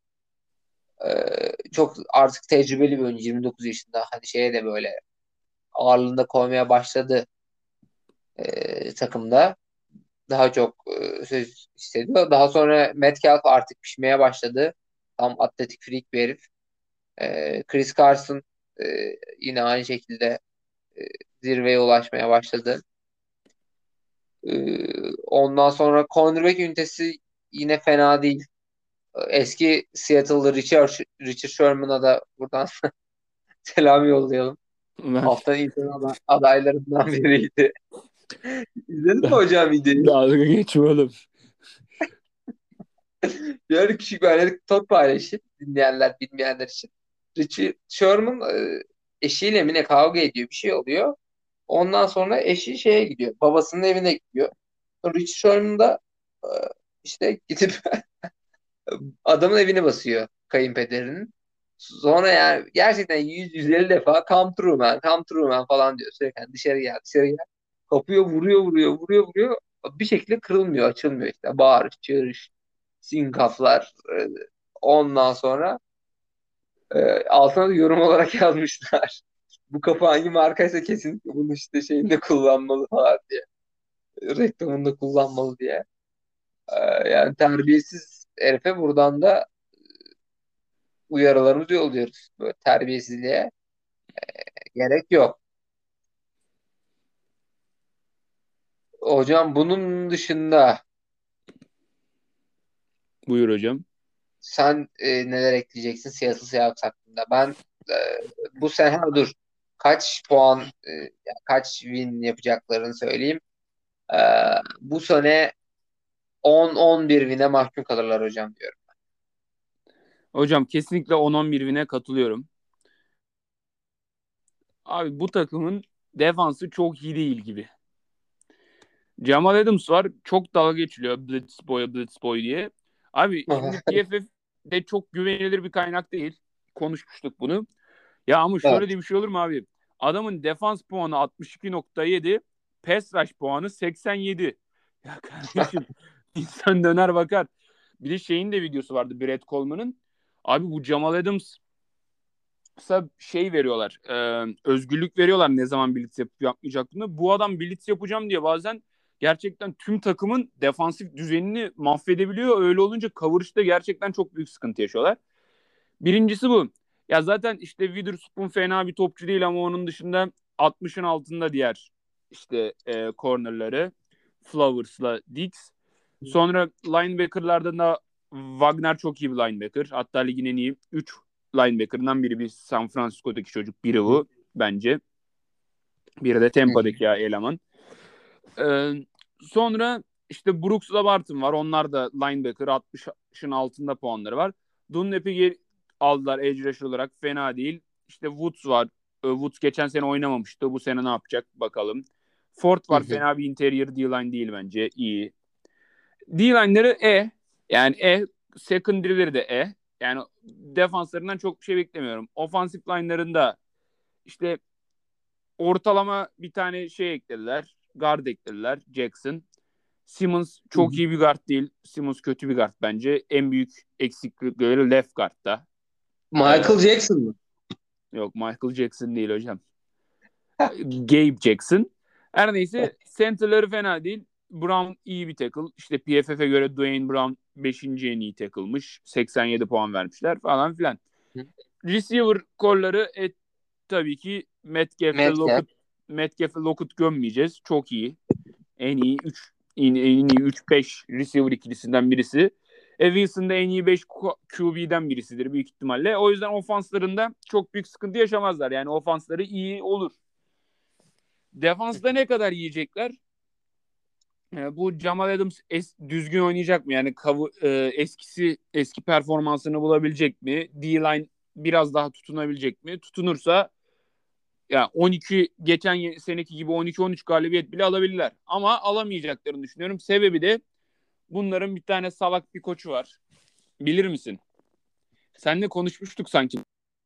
Speaker 1: Çok artık tecrübeli bir oyuncu 29 yaşında. Hani şeye de böyle ağırlığında koymaya başladı takımda. Daha çok söz hissediyor. Daha sonra Metcalf artık pişmeye başladı. Tam atletik freak bir herif. Chris Carson e, yine aynı şekilde e, zirveye ulaşmaya başladı. Ondan sonra cornerback ünitesi yine fena değil. Eski Seattle'lı Richard Sherman'a da buradan selam yollayalım.
Speaker 2: Ulan
Speaker 1: Haftanın ilk adaylarından biriydi. İzledin mi hocam videoyu?
Speaker 2: dalga geçme oğlum.
Speaker 1: Böyle küçük bir anekdot paylaşayım dinleyenler, bilmeyenler için. Richard Sherman eşiyle mi ne kavga ediyor, bir şey oluyor. Ondan sonra eşi şeye gidiyor, babasının evine gidiyor. Sonra Richard Sherman da e, işte gidip adamın evine basıyor kayınpederinin. Sonra yani gerçekten 100-150 defa come true man, come true man falan diyor. Sürekli yani dışarı gel, dışarı gel. Kapıyor, vuruyor, vuruyor, vuruyor, vuruyor. Bir şekilde kırılmıyor, açılmıyor işte. Bağırış, çığırış, sinkaflar. Ondan sonra altına da yorum olarak yazmışlar. Bu kapı hangi markaysa kesinlikle bunu işte şeyinde kullanmalı falan diye. Reklamında kullanmalı diye. Yani terbiyesiz herife buradan da uyarılarımızı yolluyoruz. Böyle terbiyesizliğe gerek yok. Hocam bunun dışında
Speaker 2: Buyur hocam.
Speaker 1: sen neler ekleyeceksin Seattle Seahawks hakkında? Ben e, bu sene dur kaç puan yani kaç win yapacaklarını söyleyeyim. E, bu sene 10-11 win'e mahkum kalırlar hocam diyorum.
Speaker 2: Hocam kesinlikle 10-11 bine katılıyorum. Abi bu takımın defansı çok iyi değil gibi. Jamal Adams var. Çok dalga geçiliyor Blitz boy diye. Abi şimdi PFF de çok güvenilir bir kaynak değil. Konuşmuştuk bunu. Ya ama şöyle
Speaker 1: Evet.
Speaker 2: de bir şey olur mu abi? Adamın defans puanı 62,7, pass rush puanı 87. Ya kardeşim insan döner bakar. Bir de şeyin de videosu vardı Brett Coleman'ın. Abi bu Jamal Adams şey veriyorlar. Özgürlük veriyorlar ne zaman blitz yapıp yapmayacaklarını. Bu adam blitz yapacağım diye bazen gerçekten tüm takımın defansif düzenini mahvedebiliyor. Öyle olunca coverage'da gerçekten çok büyük sıkıntı yaşıyorlar. Birincisi bu. Ya zaten işte Witherspoon fena bir topçu değil ama onun dışında 60'ın altında diğer işte cornerları Flowers'la Diggs. Sonra linebacker'larda da Wagner çok iyi bir linebacker. Hatta ligin en iyi 3 linebacker'ından biri. Bir San Francisco'daki çocuk. Biri bu bence. Biri de
Speaker 1: Hı hı.
Speaker 2: Tampa'daki eleman. Ee, Sonra işte Brooks'la Barton var. Onlar da linebacker. 60'ın altında puanları var. Dunlap'i aldılar edge rusher olarak. Fena değil. İşte Woods var. Woods geçen sene oynamamıştı. Bu sene ne yapacak bakalım. Ford
Speaker 1: Hı
Speaker 2: var.
Speaker 1: hı.
Speaker 2: Fena bir interior D-line değil bence. İyi. D-line'ları E. Yani E. Secondary'leri de E. Yani defanslarından çok bir şey beklemiyorum. Offensive line'larında işte ortalama bir tane şey eklediler. Guard eklediler. Jackson. Simmons
Speaker 1: Hı
Speaker 2: çok
Speaker 1: hı.
Speaker 2: iyi bir guard değil. Simmons kötü bir guard bence. En büyük eksiklikleri left guard'da. Ee,
Speaker 1: Michael Jackson mı?
Speaker 2: Yok, Michael Jackson değil hocam. Gabe Jackson. Her neyse, center'ları fena değil. Brown iyi bir tackle. İşte PFF'e göre Dwayne Brown 5. en iyi tackle'mış. 87 puan vermişler falan filan.
Speaker 1: Hı.
Speaker 2: Receiver core'ları tabii ki
Speaker 1: Metcalf.
Speaker 2: Metcalf'e Lockett gömmeyeceğiz. Çok iyi. En iyi 3 en iyi 3-5 receiver ikilisinden birisi. Wilson da en iyi 5 QB'den birisidir büyük ihtimalle. O yüzden ofanslarında çok büyük sıkıntı yaşamazlar. Yani ofansları iyi olur. Defansta ne kadar yiyecekler? Bu Jamal Adams düzgün oynayacak mı? Yani eski performansını bulabilecek mi? D-line biraz daha tutunabilecek mi? Tutunursa ya 12 geçen seneki gibi 12-13 galibiyet bile alabilirler. Ama alamayacaklarını düşünüyorum. Sebebi de bunların bir tane salak bir koçu var. Bilir misin? Seninle konuşmuştuk sanki.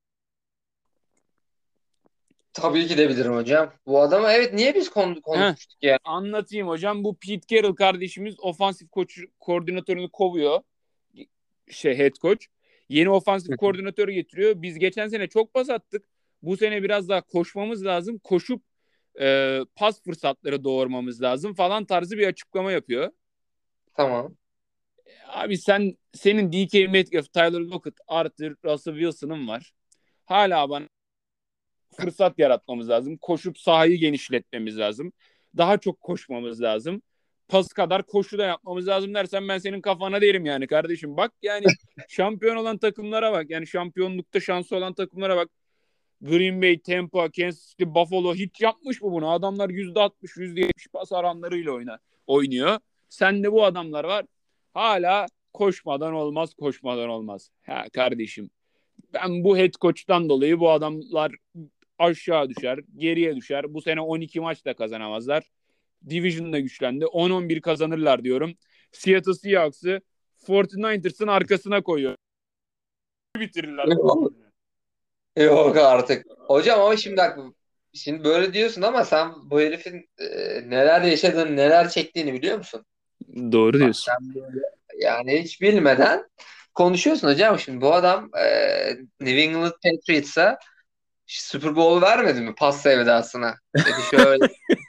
Speaker 1: Tabii ki de bilirim hocam. Bu adamı evet niye biz
Speaker 2: Heh,
Speaker 1: konuşmuştuk ya?
Speaker 2: anlatayım hocam. Bu Pete Carroll kardeşimiz ofansif koordinatörünü kovuyor. Head coach. Yeni ofansif koordinatör getiriyor. Biz geçen sene çok pas attık. Bu sene biraz daha koşmamız lazım. Koşup pas fırsatları doğurmamız lazım falan tarzı bir açıklama yapıyor.
Speaker 1: Tamam.
Speaker 2: Abi senin DK Metcalf, Tyler Lockett artı Russell Wilson'ın var. Hala bana fırsat yaratmamız lazım. Koşup sahayı genişletmemiz lazım. Daha çok koşmamız lazım. Pas kadar koşu da yapmamız lazım dersen ben senin kafana derim yani kardeşim. Bak yani şampiyon olan takımlara bak. Yani şampiyonlukta şansı olan takımlara bak. Green Bay, Tampa, Kansas City, Buffalo hiç yapmış mı bunu? Adamlar %60, %70 pas aranlarıyla oynuyor. Sende bu adamlar var. Hala koşmadan olmaz, koşmadan olmaz. Ha kardeşim, ben bu head coach'tan dolayı bu adamlar aşağı düşer, geriye düşer. Bu sene 12 maç da kazanamazlar. Division'da güçlendi. 10-11 kazanırlar diyorum. Seattle Seahawks'ı 49ers'ın arkasına koyuyor. Bitirirler bu
Speaker 1: Yok,
Speaker 2: division'ı.
Speaker 1: yok artık. Hocam ama şimdi böyle diyorsun ama sen bu herifin neler yaşadığını, neler çektiğini biliyor musun?
Speaker 2: Doğru
Speaker 1: Bak
Speaker 2: diyorsun.
Speaker 1: sen böyle yani hiç bilmeden konuşuyorsun hocam. Şimdi bu adam New England Patriots'a Super Bowl vermedi mi pas sevdasına? Dedi şöyle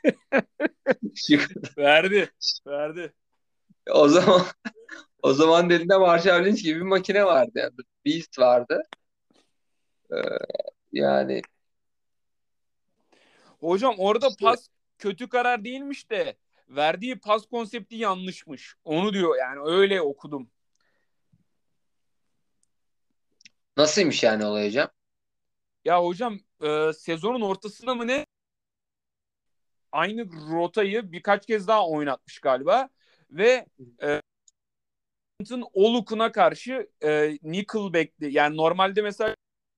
Speaker 2: Verdi. Verdi.
Speaker 1: o zaman o zaman elinde Marshall Lynch gibi bir makine vardı yani. Beast vardı. E, yani
Speaker 2: Hocam orada
Speaker 1: işte
Speaker 2: pas kötü karar değilmiş de verdiği pas konsepti yanlışmış. Onu diyor yani, öyle okudum.
Speaker 1: nasılmış yani olay hocam?
Speaker 2: Ya hocam sezonun ortasında mı ne aynı rotayı birkaç kez daha oynatmış galiba ve Oluk'una karşı Nickelback'li, yani normalde mesela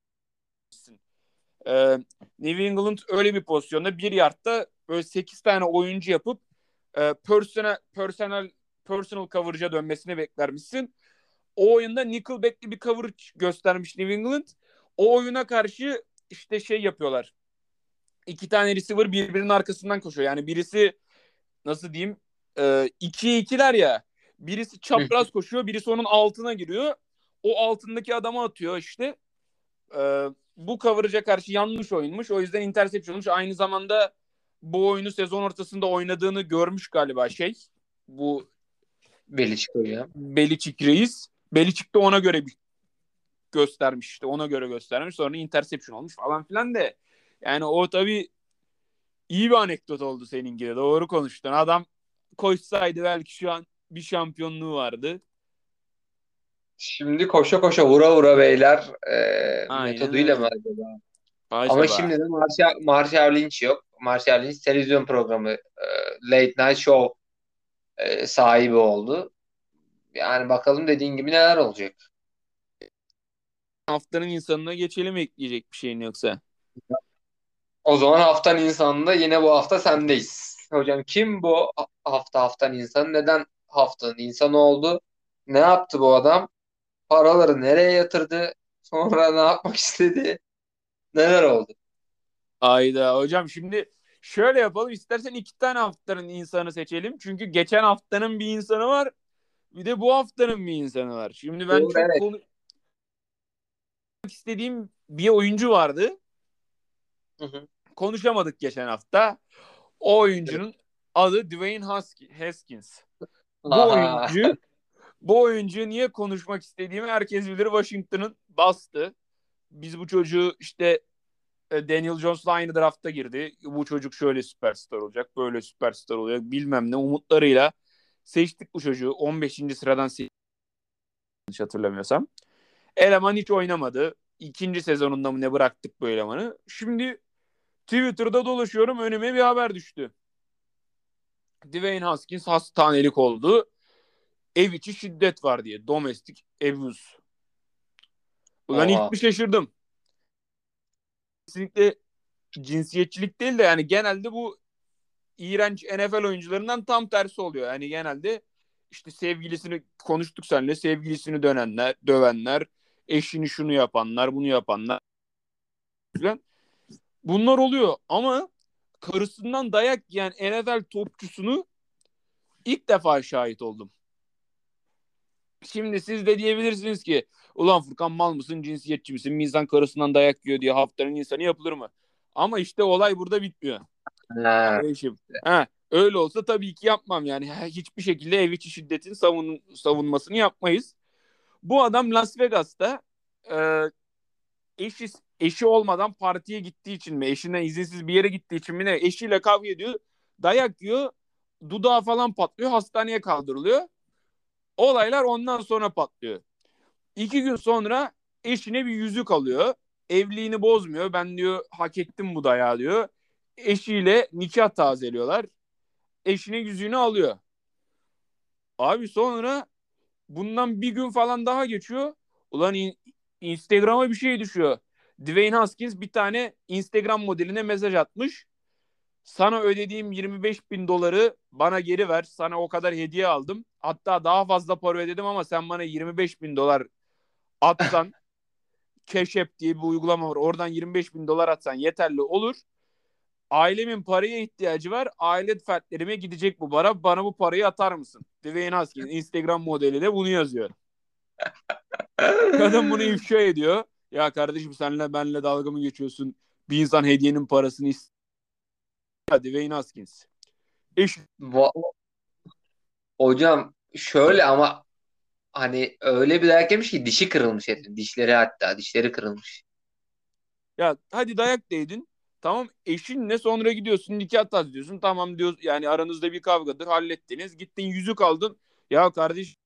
Speaker 2: e, New England öyle bir pozisyonda bir yardta böyle 8 tane oyuncu yapıp personal coverage'a dönmesini beklermişsin. O oyunda Nickelback'li bir coverage göstermiş New England. O oyuna karşı işte şey yapıyorlar. İki tane receiver birbirinin arkasından koşuyor. Yani birisi, nasıl diyeyim, 2'ye 2'ler ya. Birisi çapraz koşuyor, birisi onun altına giriyor. O altındaki adamı atıyor işte. Bu coverage'a karşı yanlış oyunmuş. O yüzden interception olmuş. Aynı zamanda bu oyunu sezon ortasında oynadığını görmüş galiba bu
Speaker 1: Belichick hocam.
Speaker 2: Belichick reis. Belichick de ona göre göstermiş işte. Ona göre göstermiş. Sonra interception olmuş falan filan de. Yani o tabii iyi bir anekdot oldu senin gibi. Doğru konuştun. Adam koşsaydı belki şu an bir şampiyonluğu vardı.
Speaker 1: Şimdi koşa koşa vura vura beyler
Speaker 2: Aynen
Speaker 1: metoduyla mı
Speaker 2: öyle.
Speaker 1: acaba? Ama
Speaker 2: Acaba.
Speaker 1: şimdi de Marshall Lynch yok. Marshall Lynch televizyon programı Late Night Show sahibi oldu. Yani bakalım dediğin gibi neler olacak.
Speaker 2: Haftanın insanına geçelim, ekleyecek bir şeyin yoksa.
Speaker 1: O zaman haftanın insanında yine bu hafta sendeyiz. Hocam kim bu haftanın insanı? Neden haftanın insanı oldu? Ne yaptı bu adam? Paraları nereye yatırdı? Sonra ne yapmak istedi? Neler oldu?
Speaker 2: Ayda hocam, şimdi şöyle yapalım. İstersen iki tane haftanın insanı seçelim. Çünkü geçen haftanın bir insanı var. Bir de bu haftanın bir insanı var. Şimdi ben
Speaker 1: Doğru,
Speaker 2: çok
Speaker 1: evet.
Speaker 2: konuşmak istediğim bir oyuncu vardı.
Speaker 1: Hı hı.
Speaker 2: Konuşamadık geçen hafta. O
Speaker 1: Evet.
Speaker 2: oyuncunun adı Dwayne Haskins. Bu
Speaker 1: Aha.
Speaker 2: oyuncu bu oyuncu niye konuşmak istediğimi herkes bilir. Washington'ın bastı. Biz bu çocuğu işte Daniel Jones'la aynı draftta girdi. Bu çocuk şöyle süperstar olacak, böyle süperstar olacak bilmem ne umutlarıyla seçtik bu çocuğu. 15. sıradan seçtik, yanlış hatırlamıyorsam. Eleman hiç oynamadı. İkinci sezonunda mı ne bıraktık bu elemanı. Şimdi Twitter'da dolaşıyorum, önüme bir haber düştü. Dwayne Haskins hastanelik oldu. Ev içi şiddet var diye. Domestic abuse. Ulan ilk bir
Speaker 1: Oha.
Speaker 2: şaşırdım. Kesinlikle cinsiyetçilik değil de yani genelde bu iğrenç NFL oyuncularından tam tersi oluyor. Yani genelde işte sevgilisini, konuştuk seninle, sevgilisini dövenler, eşini şunu yapanlar, bunu yapanlar falan. Bunlar oluyor ama karısından dayak yiyen NFL topçusunu ilk defa şahit oldum. Şimdi siz de diyebilirsiniz ki ulan Furkan, mal mısın, cinsiyetçi misin? Bir insan karısından dayak yiyor diye haftanın insanı yapılır mı? Ama işte olay burada bitmiyor.
Speaker 1: Ha.
Speaker 2: Kardeşim. Ha, öyle olsa tabii ki yapmam yani. Hiçbir şekilde ev içi şiddetin savunmasını yapmayız. Bu adam Las Vegas'ta e, eşi, eşi olmadan partiye gittiği için mi, eşinden izinsiz bir yere gittiği için mi ne, eşiyle kavga ediyor, dayak yiyor, dudağı falan patlıyor, hastaneye kaldırılıyor. Olaylar ondan sonra patlıyor. 2 gün sonra eşine bir yüzük alıyor. Evliliğini bozmuyor. Ben diyor hak ettim bu dayağı diyor. Eşiyle nikah tazeliyorlar. Eşine yüzüğünü alıyor. Abi sonra bundan bir gün falan daha geçiyor. Ulan Instagram'a bir şey düşüyor. Dwayne Haskins bir tane Instagram modeline mesaj atmış. Sana ödediğim 25 bin doları bana geri ver. Sana o kadar hediye aldım. Hatta daha fazla para ödedim ama sen bana 25 bin dolar atsan, Cash App diye bir uygulama var. Oradan 25 bin dolar atsan yeterli olur. Ailemin paraya ihtiyacı var. Aile fertlerime gidecek bu para. Bana bu parayı atar mısın? Dwayne Haskins Instagram modeli de bunu yazıyor. Kadın bunu ifşa ediyor. Ya kardeşim, senle benle dalga mı geçiyorsun? Bir insan hediyenin parasını istiyor. Dwayne Haskins. Eş
Speaker 1: Va- Hocam şöyle ama hani öyle bir dayak yemiş ki dişi kırılmış herifin. Dişleri, hatta dişleri kırılmış.
Speaker 2: Ya hadi dayak değdin. Tamam, eşinle sonra gidiyorsun nikah diyorsun. Tamam diyor, yani aranızda bir kavgadır, hallettiniz. Gittin yüzük aldın. Ya kardeş,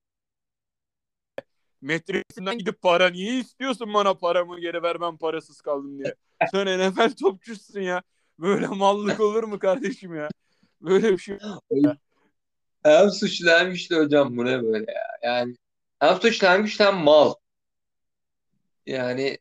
Speaker 2: metresinden gidip para niye istiyorsun, bana paramı geri vermem, parasız kaldım diye. Sen NFL topçusun ya. Böyle mallık olur mu kardeşim ya? Böyle bir şey yok ya.
Speaker 1: Hem suçlu hem güçlü hocam, bu ne böyle ya? Yani hem suçlu hem güçlü hem mal. Yani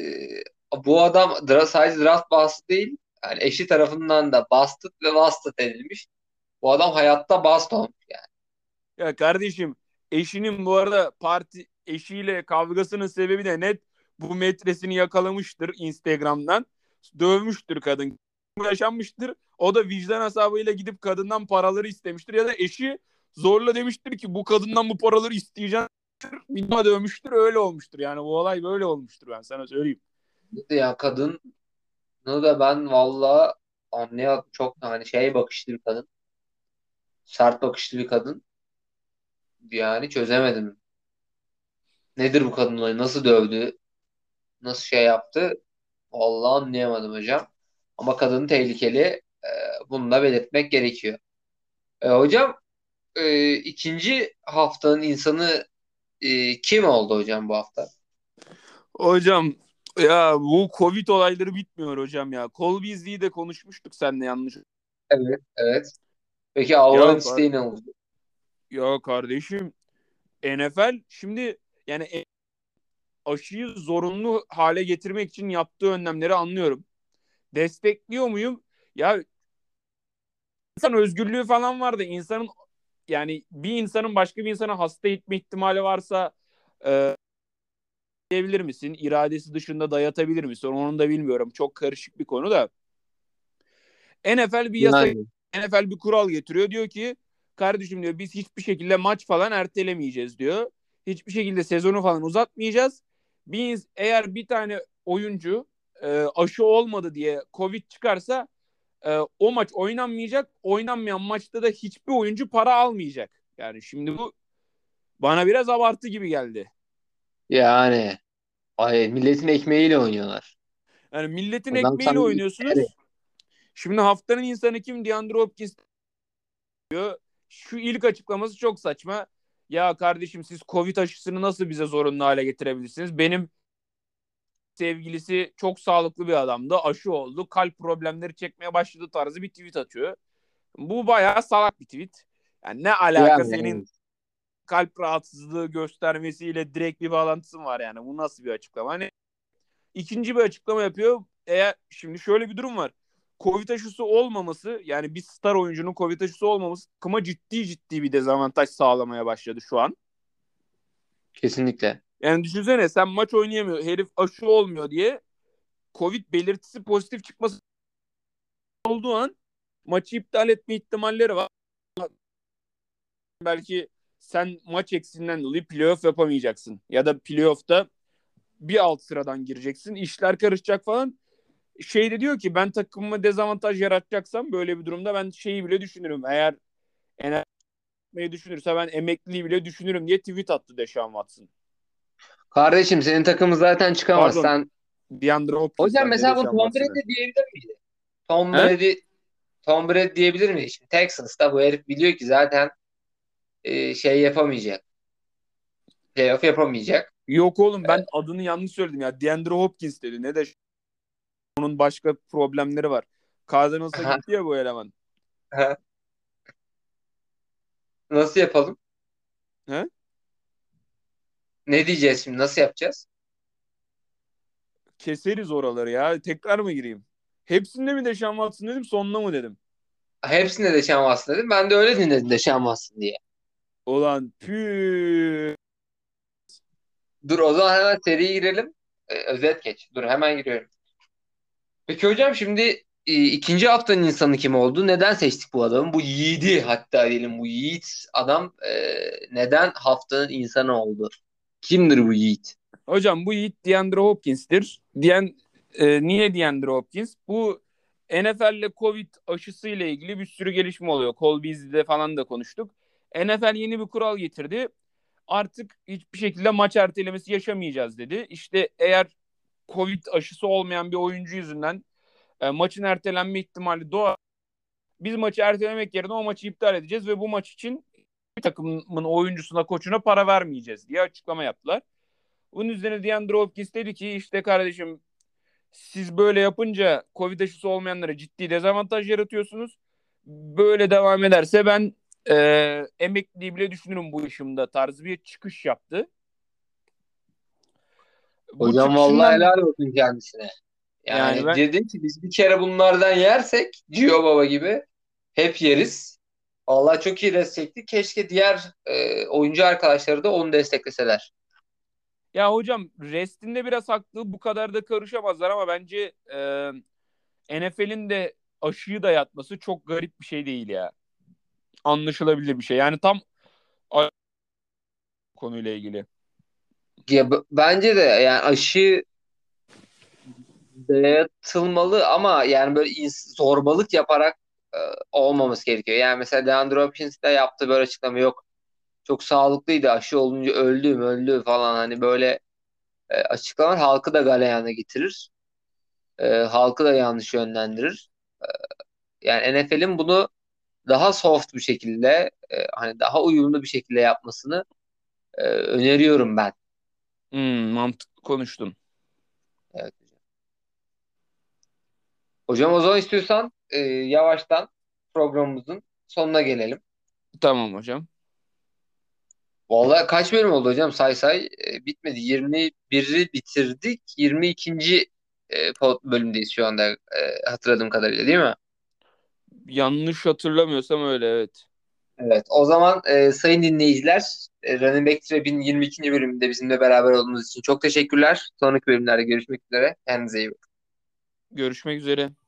Speaker 1: bu adam sadece draft bastı değil. Yani eşi tarafından da busted ve wasted edilmiş. Bu adam hayatta bast olmuş yani.
Speaker 2: Ya kardeşim, eşinin bu arada eşiyle kavgasının sebebi de net, bu metresini yakalamıştır Instagram'dan. Dövmüştür kadın. Yaşanmıştır. O da vicdan azabıyla gidip kadından paraları istemiştir. Ya da eşi zorla demiştir ki bu kadından bu paraları isteyeceğim. Bir daha dövmüştür, öyle olmuştur. Yani bu olay böyle olmuştur, ben sana söyleyeyim.
Speaker 1: Ya kadını da ben valla anlayamadım. Çok hani şey bakışlı bir kadın. Sert bakışlı bir kadın. Yani çözemedim. Nedir bu kadın olayı? Nasıl dövdü? Nasıl şey yaptı? Vallahi anlayamadım hocam. Ama kadın tehlikeli. Bunu da belirtmek gerekiyor. Hocam ikinci haftanın insanı kim oldu hocam bu hafta?
Speaker 2: Hocam ya bu Covid olayları bitmiyor hocam ya. Kol bizliği de konuşmuştuk seninle yanlış.
Speaker 1: Evet, evet. Peki
Speaker 2: Ya,
Speaker 1: Allah'ın isteği ne oldu?
Speaker 2: ya kardeşim NFL şimdi yani aşıyı zorunlu hale getirmek için yaptığı önlemleri anlıyorum. Destekliyor muyum? Ya insan özgürlüğü falan vardı. İnsanın yani bir insanın başka bir insana hasta etme ihtimali varsa e, diyebilir misin? İradesi dışında dayatabilir misin? Onu da bilmiyorum. Çok karışık bir konu da. NFL bir yasa,
Speaker 1: Yani
Speaker 2: NFL bir kural getiriyor. Diyor ki kardeşim diyor biz hiçbir şekilde maç falan ertelemeyeceğiz diyor. Hiçbir şekilde sezonu falan uzatmayacağız. Eğer bir tane oyuncu aşı olmadı diye Covid çıkarsa o maç oynanmayacak. Oynanmayan maçta da hiçbir oyuncu para almayacak. Yani şimdi bu bana biraz abartı gibi geldi.
Speaker 1: yani ay, milletin ekmeğiyle oynuyorlar.
Speaker 2: Yani milletin
Speaker 1: Adam
Speaker 2: ekmeğiyle
Speaker 1: sanki evet.
Speaker 2: oynuyorsunuz. Şimdi haftanın insanı kim? DeAndre Hopkins. Şu ilk açıklaması çok saçma. Ya kardeşim siz Covid aşısını nasıl bize zorunlu hale getirebilirsiniz? Benim sevgilisi çok sağlıklı bir adamdı. Aşı oldu. Kalp problemleri çekmeye başladı tarzı bir tweet atıyor. Bu bayağı salak bir tweet. Yani ne alaka
Speaker 1: Yani
Speaker 2: senin
Speaker 1: evet.
Speaker 2: kalp rahatsızlığı göstermesiyle direkt bir bağlantısı var yani. Bu nasıl bir açıklama? Hani ikinci bir açıklama yapıyor. Eğer şimdi şöyle bir durum var. Covid aşısı olmaması yani bir star oyuncunun Covid aşısı olmaması takıma ciddi ciddi bir dezavantaj sağlamaya başladı şu an.
Speaker 1: Kesinlikle.
Speaker 2: Yani düşünsene sen maç oynayamıyor. Herif aşı olmuyor diye Covid belirtisi pozitif çıkması olduğu an maçı iptal etme ihtimalleri var. Belki sen maç eksiğinden dolayı playoff yapamayacaksın. Ya da playoff'ta bir alt sıradan gireceksin. İşler karışacak falan. Şey de diyor ki ben takımıma dezavantaj yaratacaksam böyle bir durumda ben şeyi bile düşünürüm. Eğer enerjiyi düşünürse ben emekliliği bile düşünürüm diye tweet attı Deshaun Watson.
Speaker 1: Kardeşim senin takımı zaten çıkamaz.
Speaker 2: Pardon,
Speaker 1: Sen
Speaker 2: DeAndre Hopkins
Speaker 1: hocam
Speaker 2: ben de
Speaker 1: mesela bunu
Speaker 2: Deshaun
Speaker 1: Tom
Speaker 2: Watson'ı.
Speaker 1: Brady diyebilir miydi? Tom
Speaker 2: He?
Speaker 1: Brady Tom Brady diyebilir miydi? Şimdi Texans'ta bu herif biliyor ki zaten şey yapamayacak. Playoff yapamayacak.
Speaker 2: Yok oğlum ben adını yanlış söyledim ya. DeAndre Hopkins dedi. Ne de onun başka problemleri var. Cardinals'a
Speaker 1: Aha,
Speaker 2: gitti ya bu eleman.
Speaker 1: aha. Nasıl yapalım?
Speaker 2: He?
Speaker 1: Ne diyeceğiz şimdi? Nasıl yapacağız?
Speaker 2: Keseriz oraları ya. Tekrar mı gireyim? Hepsinde mi Deshaun Watson dedim sonuna mı dedim?
Speaker 1: Hepsine de şamvatsın dedim. Ben de öyle dinledim de şamvatsın diye.
Speaker 2: Ulan püh.
Speaker 1: Dur o zaman hemen seriye girelim. Özet geç. Dur hemen giriyorum. Peki hocam şimdi ikinci haftanın insanı kim oldu? Neden seçtik bu adamı? Bu Yiğit'i hatta diyelim bu Yiğit adam neden haftanın insanı oldu? Kimdir bu Yiğit?
Speaker 2: Hocam bu Yiğit DeAndre Hopkins'tir. Niye DeAndre Hopkins? Bu NFL ile Covid aşısı ile ilgili bir sürü gelişme oluyor. Cole Beasley'de falan da konuştuk. NFL yeni bir kural getirdi. Artık hiçbir şekilde maç ertelemesi yaşamayacağız dedi. İşte eğer Covid aşısı olmayan bir oyuncu yüzünden maçın ertelenme ihtimali doğar. Biz maçı ertelemek yerine o maçı iptal edeceğiz ve bu maç için bir takımın oyuncusuna, koçuna para vermeyeceğiz diye açıklama yaptılar. Bunun üzerine DeAndre Hopkins dedi ki işte kardeşim siz böyle yapınca Covid aşısı olmayanlara ciddi dezavantaj yaratıyorsunuz. Böyle devam ederse ben emekliliği bile düşünürüm bu işimde tarzı bir çıkış yaptı. Bu
Speaker 1: Hocam vallahi
Speaker 2: çıkışından
Speaker 1: helal olsun kendisine.
Speaker 2: yani
Speaker 1: Yani
Speaker 2: ben
Speaker 1: dedim ki biz bir kere bunlardan yersek Gio Baba gibi hep yeriz. Vallahi çok iyi destekti. Keşke diğer oyuncu arkadaşları da onu destekleseler.
Speaker 2: ya hocam restinde biraz haklı bu kadar da karışamazlar ama bence NFL'in de aşıyı dayatması çok garip bir şey değil ya. Anlaşılabilir bir şey. Yani tam konuyla ilgili.
Speaker 1: Ya, bence de yani aşı dayatılmalı ama yani böyle zorbalık yaparak e, olmaması gerekiyor. Yani mesela DeAndre Hopkins de yaptığı böyle açıklama yok. Çok sağlıklıydı aşı olunca öldü falan hani böyle açıklamalar halkı da galeyana getirir. Halkı da yanlış yönlendirir. Yani NFL'in bunu daha soft bir şekilde hani daha uyumlu bir şekilde yapmasını öneriyorum ben.
Speaker 2: Mantıklı konuştun.
Speaker 1: Evet. Hocam o zaman istiyorsan yavaştan programımızın sonuna gelelim.
Speaker 2: Tamam hocam.
Speaker 1: Vallahi kaç bölüm oldu hocam? Say say bitmedi. 21'i bitirdik. 22. Bölümdeyiz şu anda hatırladığım kadarıyla değil mi?
Speaker 2: Yanlış hatırlamıyorsam öyle, evet.
Speaker 1: Evet. O zaman sayın dinleyiciler, Running Back Trap'in 22. bölümünde bizimle beraber olduğunuz için çok teşekkürler. Sonraki bölümlerde görüşmek üzere. Kendinize iyi bakın.
Speaker 2: Görüşmek üzere.